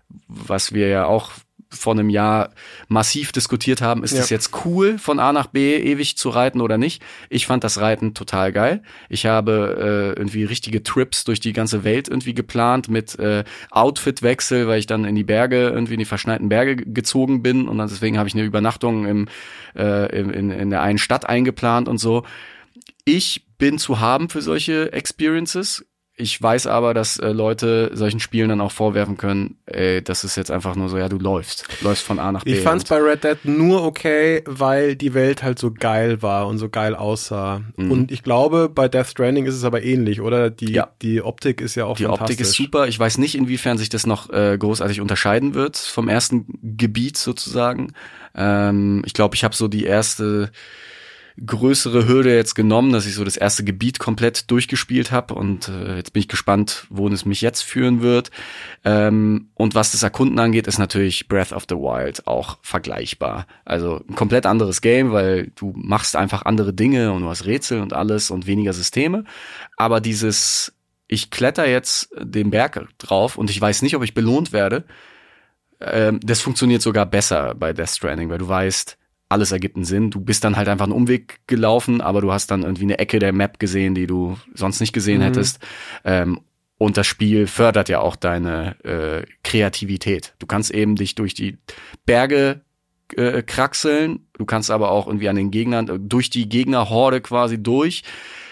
was wir ja auch vor einem Jahr massiv diskutiert haben, ist es Ja. jetzt cool, von A nach B ewig zu reiten oder nicht? Ich fand das Reiten total geil. Ich habe äh, irgendwie richtige Trips durch die ganze Welt irgendwie geplant mit äh, Outfitwechsel, weil ich dann in die Berge, irgendwie in die verschneiten Berge g- gezogen bin und dann deswegen habe ich eine Übernachtung im, äh, in, in, in der einen Stadt eingeplant und so. Ich bin zu haben für solche Experiences. Ich weiß aber, dass äh, Leute solchen Spielen dann auch vorwerfen können, ey, das ist jetzt einfach nur so, ja, du läufst, läufst von A nach B. Ich fand's bei Red Dead nur okay, weil die Welt halt so geil war und so geil aussah. Mhm. Und ich glaube, bei Death Stranding ist es aber ähnlich, oder? Die, Ja. die Optik ist ja auch Die fantastisch. Optik ist super. Ich weiß nicht, inwiefern sich das noch äh, großartig unterscheiden wird vom ersten Gebiet sozusagen. Ähm, ich glaube, ich habe so die erste größere Hürde jetzt genommen, dass ich so das erste Gebiet komplett durchgespielt habe und äh, jetzt bin ich gespannt, wohin es mich jetzt führen wird. Ähm, und was das Erkunden angeht, ist natürlich Breath of the Wild auch vergleichbar. Also ein komplett anderes Game, weil du machst einfach andere Dinge und du hast Rätsel und alles und weniger Systeme. Aber dieses, ich kletter jetzt den Berg drauf und ich weiß nicht, ob ich belohnt werde, ähm, das funktioniert sogar besser bei Death Stranding, weil du weißt, alles ergibt einen Sinn. Du bist dann halt einfach einen Umweg gelaufen, aber du hast dann irgendwie eine Ecke der Map gesehen, die du sonst nicht gesehen Mhm. hättest. Ähm, und das Spiel fördert ja auch deine äh, Kreativität. Du kannst eben dich durch die Berge äh, kraxeln, du kannst aber auch irgendwie an den Gegnern, äh, durch die Gegnerhorde quasi durch.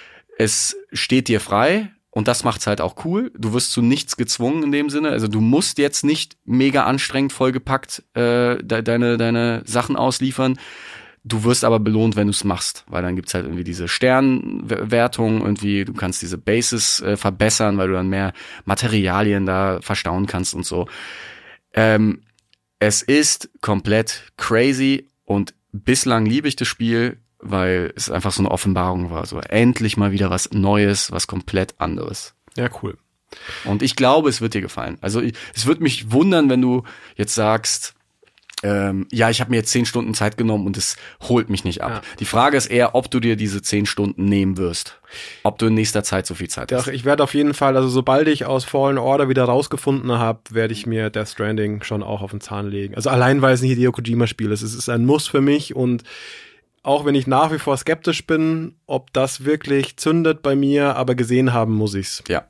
Es steht dir frei. Und das macht's halt auch cool. Du wirst zu nichts gezwungen in dem Sinne. Also du musst jetzt nicht mega anstrengend vollgepackt äh, de- deine deine Sachen ausliefern. Du wirst aber belohnt, wenn du's machst, weil dann gibt's halt irgendwie diese Sternwertung, irgendwie du kannst diese Bases äh, verbessern, weil du dann mehr Materialien da verstauen kannst und so. Ähm, es ist komplett crazy und bislang liebe ich das Spiel, weil es einfach so eine Offenbarung war. So endlich mal wieder was Neues, was komplett anderes. Ja, cool. Und ich glaube, es wird dir gefallen. Also ich, es wird mich wundern, wenn du jetzt sagst, ähm, ja, ich habe mir jetzt zehn Stunden Zeit genommen und es holt mich nicht ab. Ja. Die Frage ist eher, ob du dir diese zehn Stunden nehmen wirst. Ob du in nächster Zeit so viel Zeit hast. Doch, ich werde auf jeden Fall, also sobald ich aus Fallen Order wieder rausgefunden habe, werde ich mir Death Stranding schon auch auf den Zahn legen. Also allein, weil es ein Hideo Kojima-Spiel ist. Es ist ein Muss für mich und auch wenn ich nach wie vor skeptisch bin, ob das wirklich zündet bei mir, aber gesehen haben muss ich's. Ja.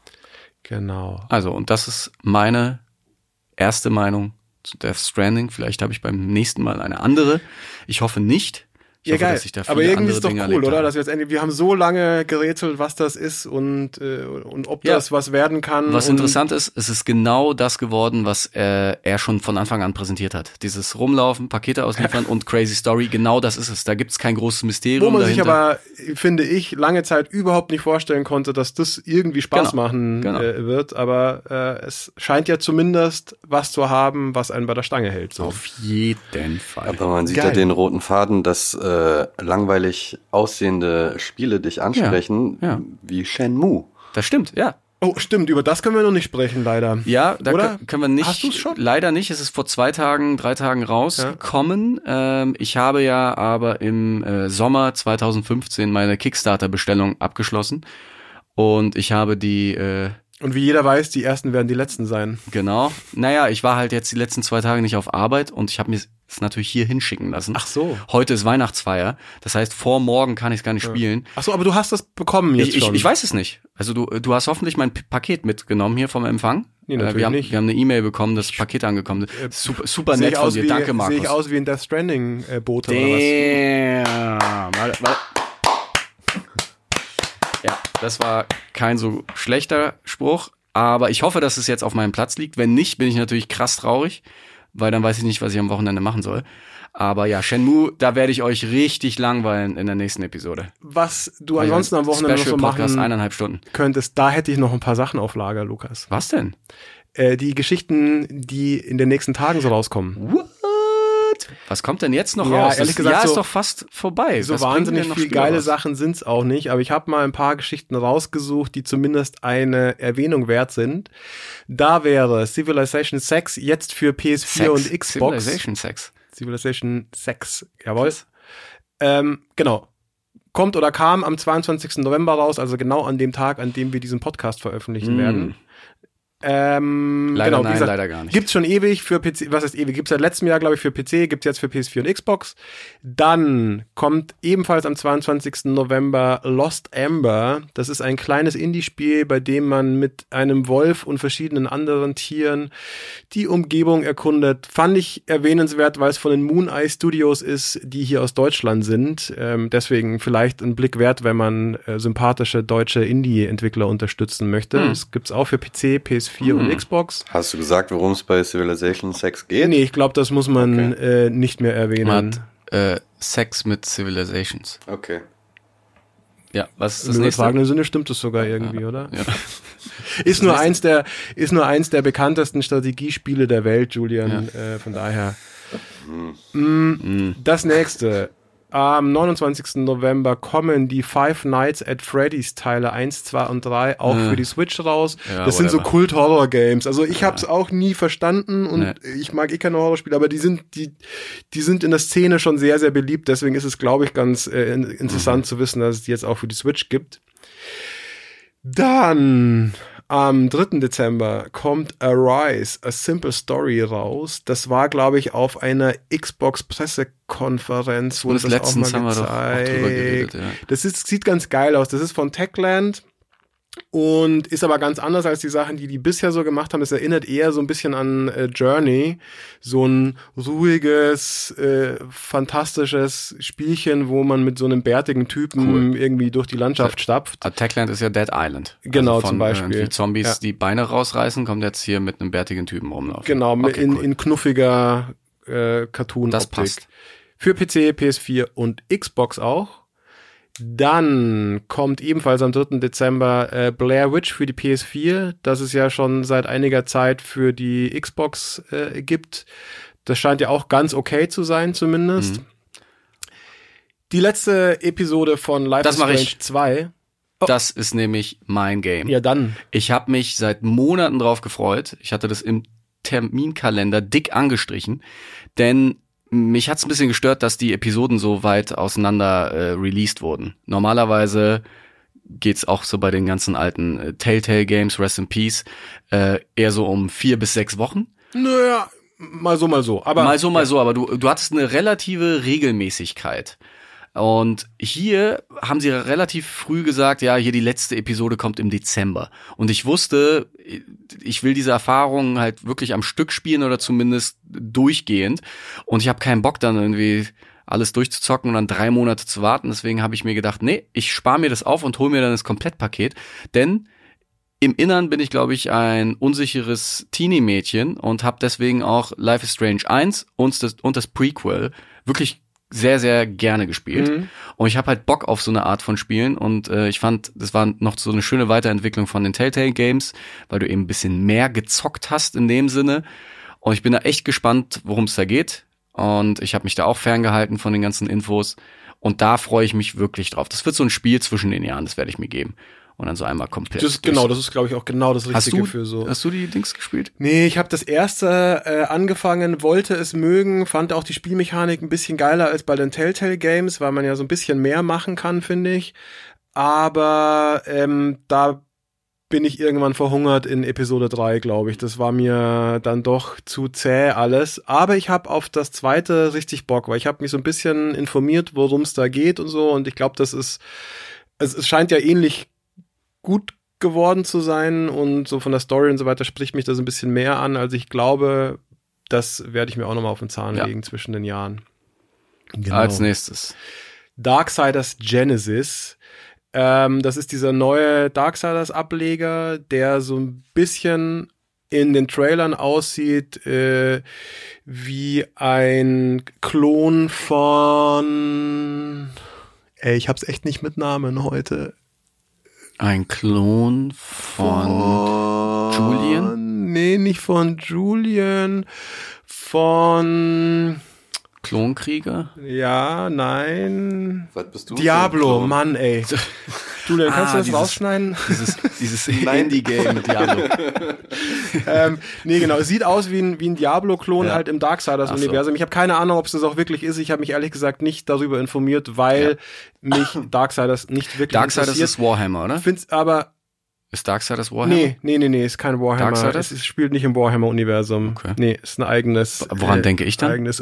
Genau. Also, und das ist meine erste Meinung zu Death Stranding. Vielleicht habe ich beim nächsten Mal eine andere. Ich hoffe nicht. Ich Ich ja, hoffe, geil. dass ich da viele Aber irgendwie andere ist es doch Dinge cool, erlebt oder? habe. Dass wir jetzt endlich, wir haben so lange gerätselt, was das ist und, äh, und ob Ja. das was werden kann. Was und interessant ist, es ist genau das geworden, was äh, er schon von Anfang an präsentiert hat. Dieses Rumlaufen, Pakete ausliefern und Crazy Story, genau das ist es. Da gibt's kein großes Mysterium Wo man dahinter. sich aber, finde ich, lange Zeit überhaupt nicht vorstellen konnte, dass das irgendwie Spaß Genau, machen genau. Äh, wird. Aber äh, es scheint ja zumindest was zu haben, was einen bei der Stange hält. So. Auf jeden Fall. Aber man sieht Geil. ja den roten Faden, dass äh, langweilig aussehende Spiele dich ansprechen, Ja, ja. wie Shenmue. Das stimmt, ja. Oh, stimmt, über das können wir noch nicht sprechen, leider. Ja, da Oder? können- können wir nicht. Hast du's schon? Leider nicht. Es ist vor zwei Tagen, drei Tagen rausgekommen. Ähm, ich habe ja aber im äh, Sommer zwanzig fünfzehn meine Kickstarter-Bestellung abgeschlossen. Und ich habe die, äh, Und wie jeder weiß, die ersten werden die letzten sein. genau. Naja, ich war halt jetzt die letzten zwei Tage nicht auf Arbeit und ich habe mir es natürlich hier hinschicken lassen. Ach so. Heute ist Weihnachtsfeier. Das heißt, vor morgen kann ich es gar nicht spielen. Ach so, aber du hast das bekommen jetzt Ich, ich, schon. ich weiß es nicht. Also du, du hast hoffentlich mein P- Paket mitgenommen hier vom Empfang. Nee, Äh, natürlich wir haben, nicht. Wir haben eine E-Mail bekommen, dass das Paket angekommen ist. Super, super Sehe nett ich von aus dir. wie, Danke, Markus. Sehe ich aus wie ein Death Stranding äh, Bote oder was? Damn. Warte, warte. Ja, das war kein so schlechter Spruch. Aber ich hoffe, dass es jetzt auf meinem Platz liegt. Wenn nicht, bin ich natürlich krass traurig, weil dann weiß ich nicht, was ich am Wochenende machen soll. Aber ja, Shenmue, da werde ich euch richtig langweilen in der nächsten Episode. Was du ansonsten am Wochenende noch so Special Podcast, machen eineinhalb Stunden. könntest, da hätte ich noch ein paar Sachen auf Lager, Lukas. Was denn? Äh, die Geschichten, die in den nächsten Tagen so rauskommen. What? Was kommt denn jetzt noch Ja, raus? ehrlich das gesagt, Jahr so- ist doch fast vorbei. So Was bringen wahnsinnig denn noch viel Spiele geile raus? Sachen sind's auch nicht, aber ich habe mal ein paar Geschichten rausgesucht, die zumindest eine Erwähnung wert sind. Da wäre Civilization sechs jetzt für P S vier Sex. und Xbox. Civilization Sex. Civilization sechs, jawohl. Ähm, genau. Kommt oder kam am zweiundzwanzigsten November raus, also genau an dem Tag, an dem wir diesen Podcast veröffentlichen Mm. werden. Ähm, Leider genau, wie nein, gesagt, leider gar nicht. Gibt's schon ewig für P C, was heißt ewig? Gibt's seit letztem Jahr, glaube ich, für P C, gibt's jetzt für P S vier und Xbox. Dann kommt ebenfalls am zweiundzwanzigsten November Lost Amber. Das ist ein kleines Indie-Spiel, bei dem man mit einem Wolf und verschiedenen anderen Tieren die Umgebung erkundet. Fand ich erwähnenswert, weil es von den Moon Eye Studios ist, die hier aus Deutschland sind. Ähm, deswegen vielleicht ein Blick wert, wenn man äh, sympathische deutsche Indie-Entwickler unterstützen möchte. Hm. Das gibt's auch für P C, P S vier und Xbox. Hast du gesagt, worum es bei Civilization sechs geht? Nee, ich glaube, das muss man Okay. äh, nicht mehr erwähnen. Man hat äh, Sex mit Civilizations. Okay. Ja, was ist Im das nächste? übertragenen Sinne stimmt es sogar irgendwie, oder? Ja. Ist nur nächste? eins der, ist nur eins der bekanntesten Strategiespiele der Welt, Julian. Äh, von daher. Mm, das nächste. Am neunundzwanzigsten November kommen die Five Nights at Freddy's Teile eins, zwei und drei auch Äh. für die Switch raus. Ja, das sind so whatever. Kult-Horror-Games. Also ich habe es auch nie verstanden und Nee. ich mag eh keine Horrorspiele, aber die sind, die, die sind in der Szene schon sehr, sehr beliebt. Deswegen ist es, glaube ich, ganz äh, in- interessant zu wissen, dass es die jetzt auch für die Switch gibt. Dann am dritten Dezember kommt Arise, A Simple Story raus. Das war, glaube ich, auf einer Xbox-Pressekonferenz, wo Das das auch mal letztens haben wir doch auch drüber geredet, gezeigt. ja. Das ist, sieht ganz geil aus. Das ist von Techland und ist aber ganz anders als die Sachen, die die bisher so gemacht haben. Es erinnert eher so ein bisschen an äh, Journey, so ein ruhiges, äh, fantastisches Spielchen, wo man mit so einem bärtigen Typen irgendwie durch die Landschaft stapft. Ah, Techland ist ja Dead Island. Genau, also von, zum Beispiel. Äh, die Zombies Ja. die Beine rausreißen, kommt jetzt hier mit einem bärtigen Typen rumlaufen. Genau, Okay, in, cool. in knuffiger äh, Das Cartoon-Optik. passt. Für P C, P S vier und Xbox auch. Dann kommt ebenfalls am dritten Dezember äh, Blair Witch für die P S vier, das es ja schon seit einiger Zeit für die Xbox äh, gibt. Das scheint ja auch ganz okay zu sein, zumindest. Mhm. Die letzte Episode von Life Das is mach Strange ich. zwei. Das ist nämlich mein Game. Ja, dann. Ich habe mich seit Monaten drauf gefreut. Ich hatte das im Terminkalender dick angestrichen, denn mich hat's ein bisschen gestört, dass die Episoden so weit auseinander äh, released wurden. Normalerweise geht's auch so bei den ganzen alten äh, Telltale Games, Rest in Peace, äh, eher so um vier bis sechs Wochen. Naja, mal so, mal so. Aber mal so, mal so, aber du, du hattest eine relative Regelmäßigkeit. Und hier haben sie relativ früh gesagt, ja, hier die letzte Episode kommt im Dezember. Und ich wusste, ich will diese Erfahrung halt wirklich am Stück spielen oder zumindest durchgehend. Und ich habe keinen Bock dann irgendwie alles durchzuzocken und dann drei Monate zu warten. Deswegen habe ich mir gedacht, nee, ich spare mir das auf und hole mir dann das Komplettpaket. Denn im Innern bin ich, glaube ich, ein unsicheres Teenie-Mädchen und habe deswegen auch Life is Strange eins und das, und das Prequel wirklich sehr, sehr gerne gespielt. Mhm. Und ich habe halt Bock auf so eine Art von Spielen und äh, ich fand, das war noch so eine schöne Weiterentwicklung von den Telltale Games, weil du eben ein bisschen mehr gezockt hast in dem Sinne. Und ich bin da echt gespannt, worum es da geht. Und ich habe mich da auch ferngehalten von den ganzen Infos. Und da freue ich mich wirklich drauf. Das wird so ein Spiel zwischen den Jahren, das werde ich mir geben. Und dann so einmal komplett. Das, genau, das ist, glaube ich, auch genau das Richtige hast du, für so. Hast du die Dings gespielt? Nee, ich habe das erste äh, angefangen, wollte es mögen, fand auch die Spielmechanik ein bisschen geiler als bei den Telltale Games, weil man ja so ein bisschen mehr machen kann, finde ich. Aber ähm, da bin ich irgendwann verhungert in Episode drei, glaube ich. Das war mir dann doch zu zäh alles. Aber ich habe auf das zweite richtig Bock, weil ich habe mich so ein bisschen informiert, worum es da geht und so. Und ich glaube, das ist, es, es scheint ja ähnlich gut geworden zu sein und so von der Story und so weiter spricht mich das ein bisschen mehr an. Also ich glaube, das werde ich mir auch nochmal auf den Zahn ja. legen zwischen den Jahren. Genau. Als nächstes Darksiders Genesis. Ähm, das ist dieser neue Darksiders-Ableger, der so ein bisschen in den Trailern aussieht äh, wie ein Klon von... Ey, ich hab's echt nicht mit Namen heute. Ein Klon von, von Julian? Nee, nicht von Julian. Von Klonkrieger? Ja, nein. Was bist du? Diablo, Mann, ey. Julian, kannst ah, du das dieses, rausschneiden? Dieses, dieses Indie-Game mit Diablo. ähm, nee, genau. Es sieht aus wie ein, wie ein Diablo-Klon ja. halt im Darksiders-Universum. So. Ich habe keine Ahnung, ob es das auch wirklich ist. Ich habe mich ehrlich gesagt nicht darüber informiert, weil ja. mich Darksiders nicht wirklich Darksiders interessiert. ist Warhammer, oder? Find's aber... Ist Darksiders Warhammer? Nee, nee, nee, nee, ist kein Warhammer. Darksiders? Es spielt nicht im Warhammer-Universum. Okay. Nee, ist ein eigenes... Woran äh, denke ich dann? Eigenes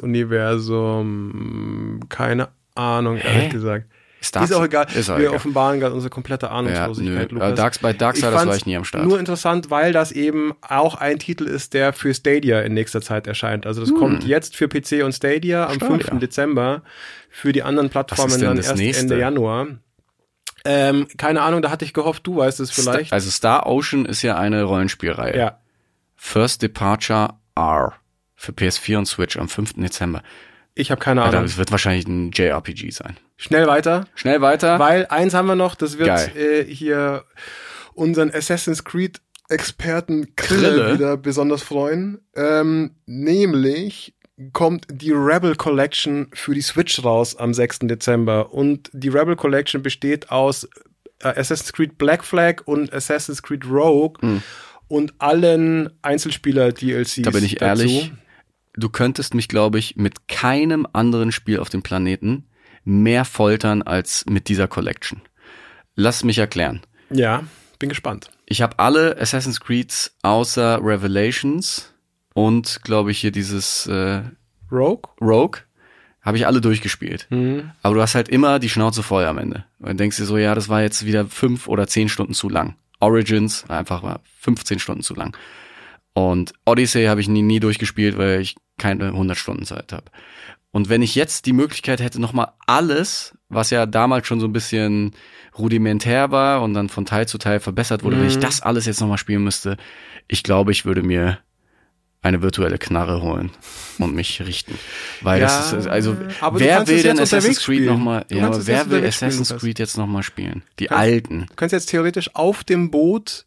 Universum. Keine Ahnung, Hä? ehrlich gesagt. Ist, Dark- ist auch egal. Ist auch Wir egal. offenbaren gerade unsere komplette Ahnungslosigkeit, ja, Lukas. Dark, bei Darksiders war ich nie am Start. Nur interessant, weil das eben auch ein Titel ist, der für Stadia in nächster Zeit erscheint. Also das hm. kommt jetzt für P C und Stadia am Stadia. fünften Dezember. Für die anderen Plattformen dann erst nächste? Ende Januar. Ähm, keine Ahnung, da hatte ich gehofft, du weißt es vielleicht. Star, also Star Ocean ist ja eine Rollenspielreihe. Ja. First Departure R für P S vier und Switch am fünften Dezember. Ich habe keine Ahnung. Ja, das wird wahrscheinlich ein J R P G sein. Schnell weiter. Schnell weiter. Weil eins haben wir noch, das wird äh, hier unseren Assassin's Creed Experten Krille, Krille wieder besonders freuen. Ähm, nämlich kommt die Rebel Collection für die Switch raus am sechsten Dezember. Und die Rebel Collection besteht aus äh, Assassin's Creed Black Flag und Assassin's Creed Rogue mhm. und allen Einzelspieler-D L Cs. Da bin ich dazu. ehrlich, du könntest mich, glaube ich, mit keinem anderen Spiel auf dem Planeten mehr foltern als mit dieser Collection. Lass mich erklären. Ja, bin gespannt. Ich habe alle Assassin's Creeds außer Revelations und, glaube ich, hier dieses äh, Rogue, Rogue habe ich alle durchgespielt. Mhm. Aber du hast halt immer die Schnauze voll am Ende. Und dann denkst du so, ja, das war jetzt wieder fünf oder zehn Stunden zu lang. Origins einfach mal fünfzehn Stunden zu lang. Und Odyssey habe ich nie, nie durchgespielt, weil ich keine hundert Stunden Zeit habe. Und wenn ich jetzt die Möglichkeit hätte, nochmal alles, was ja damals schon so ein bisschen rudimentär war und dann von Teil zu Teil verbessert wurde, mhm. wenn ich das alles jetzt nochmal spielen müsste, ich glaube, ich würde mir eine virtuelle Knarre holen und mich richten. Weil ja, das ist, also, aber wer will denn Assassin's Creed spielen. nochmal, ja, aber wer will Assassin's spielen, Creed jetzt nochmal spielen? Die kannst, alten. Du kannst jetzt theoretisch auf dem Boot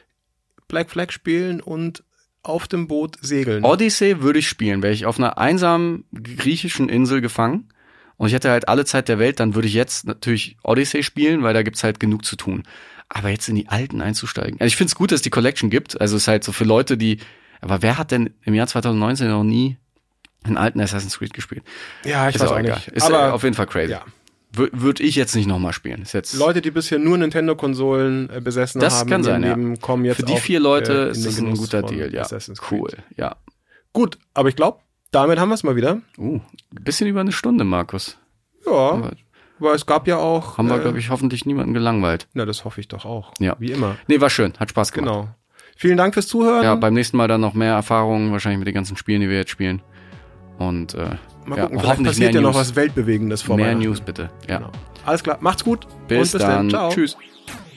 Black Flag spielen und auf dem Boot segeln. Odyssey würde ich spielen. Wäre ich auf einer einsamen griechischen Insel gefangen und ich hätte halt alle Zeit der Welt, dann würde ich jetzt natürlich Odyssey spielen, weil da gibt's halt genug zu tun. Aber jetzt in die alten einzusteigen. Also ich finde es gut, dass es die Collection gibt. Also es ist halt so für Leute, die, aber wer hat denn im Jahr zwanzig neunzehn noch nie einen alten Assassin's Creed gespielt? Ja, ich ist weiß auch egal. nicht. Ist aber auf jeden Fall crazy. Ja. Würde ich jetzt nicht nochmal spielen. Ist jetzt Leute, die bisher nur Nintendo-Konsolen äh, besessen das haben, kann sein, Leben, ja. kommen jetzt für die auch, vier Leute äh, ist das ein guter Deal, ja. Cool, ja. Gut, aber ich glaube, damit haben wir es mal wieder. Uh, ein bisschen über eine Stunde, Markus. Ja, aber, aber es gab ja auch... Haben wir, äh, glaube ich, hoffentlich niemanden gelangweilt. Na, das hoffe ich doch auch. Ja. Wie immer. Nee, war schön. Hat Spaß gemacht. Genau. Vielen Dank fürs Zuhören. Ja, beim nächsten Mal dann noch mehr Erfahrungen, wahrscheinlich mit den ganzen Spielen, die wir jetzt spielen. Und äh, Mal ja, gucken, vielleicht hoffentlich passiert mehr ja News. noch was Weltbewegendes vor Mehr Weihnachten. News bitte. Ja. Genau. Alles klar, macht's gut. Bis, und bis dann. Ciao. Tschüss.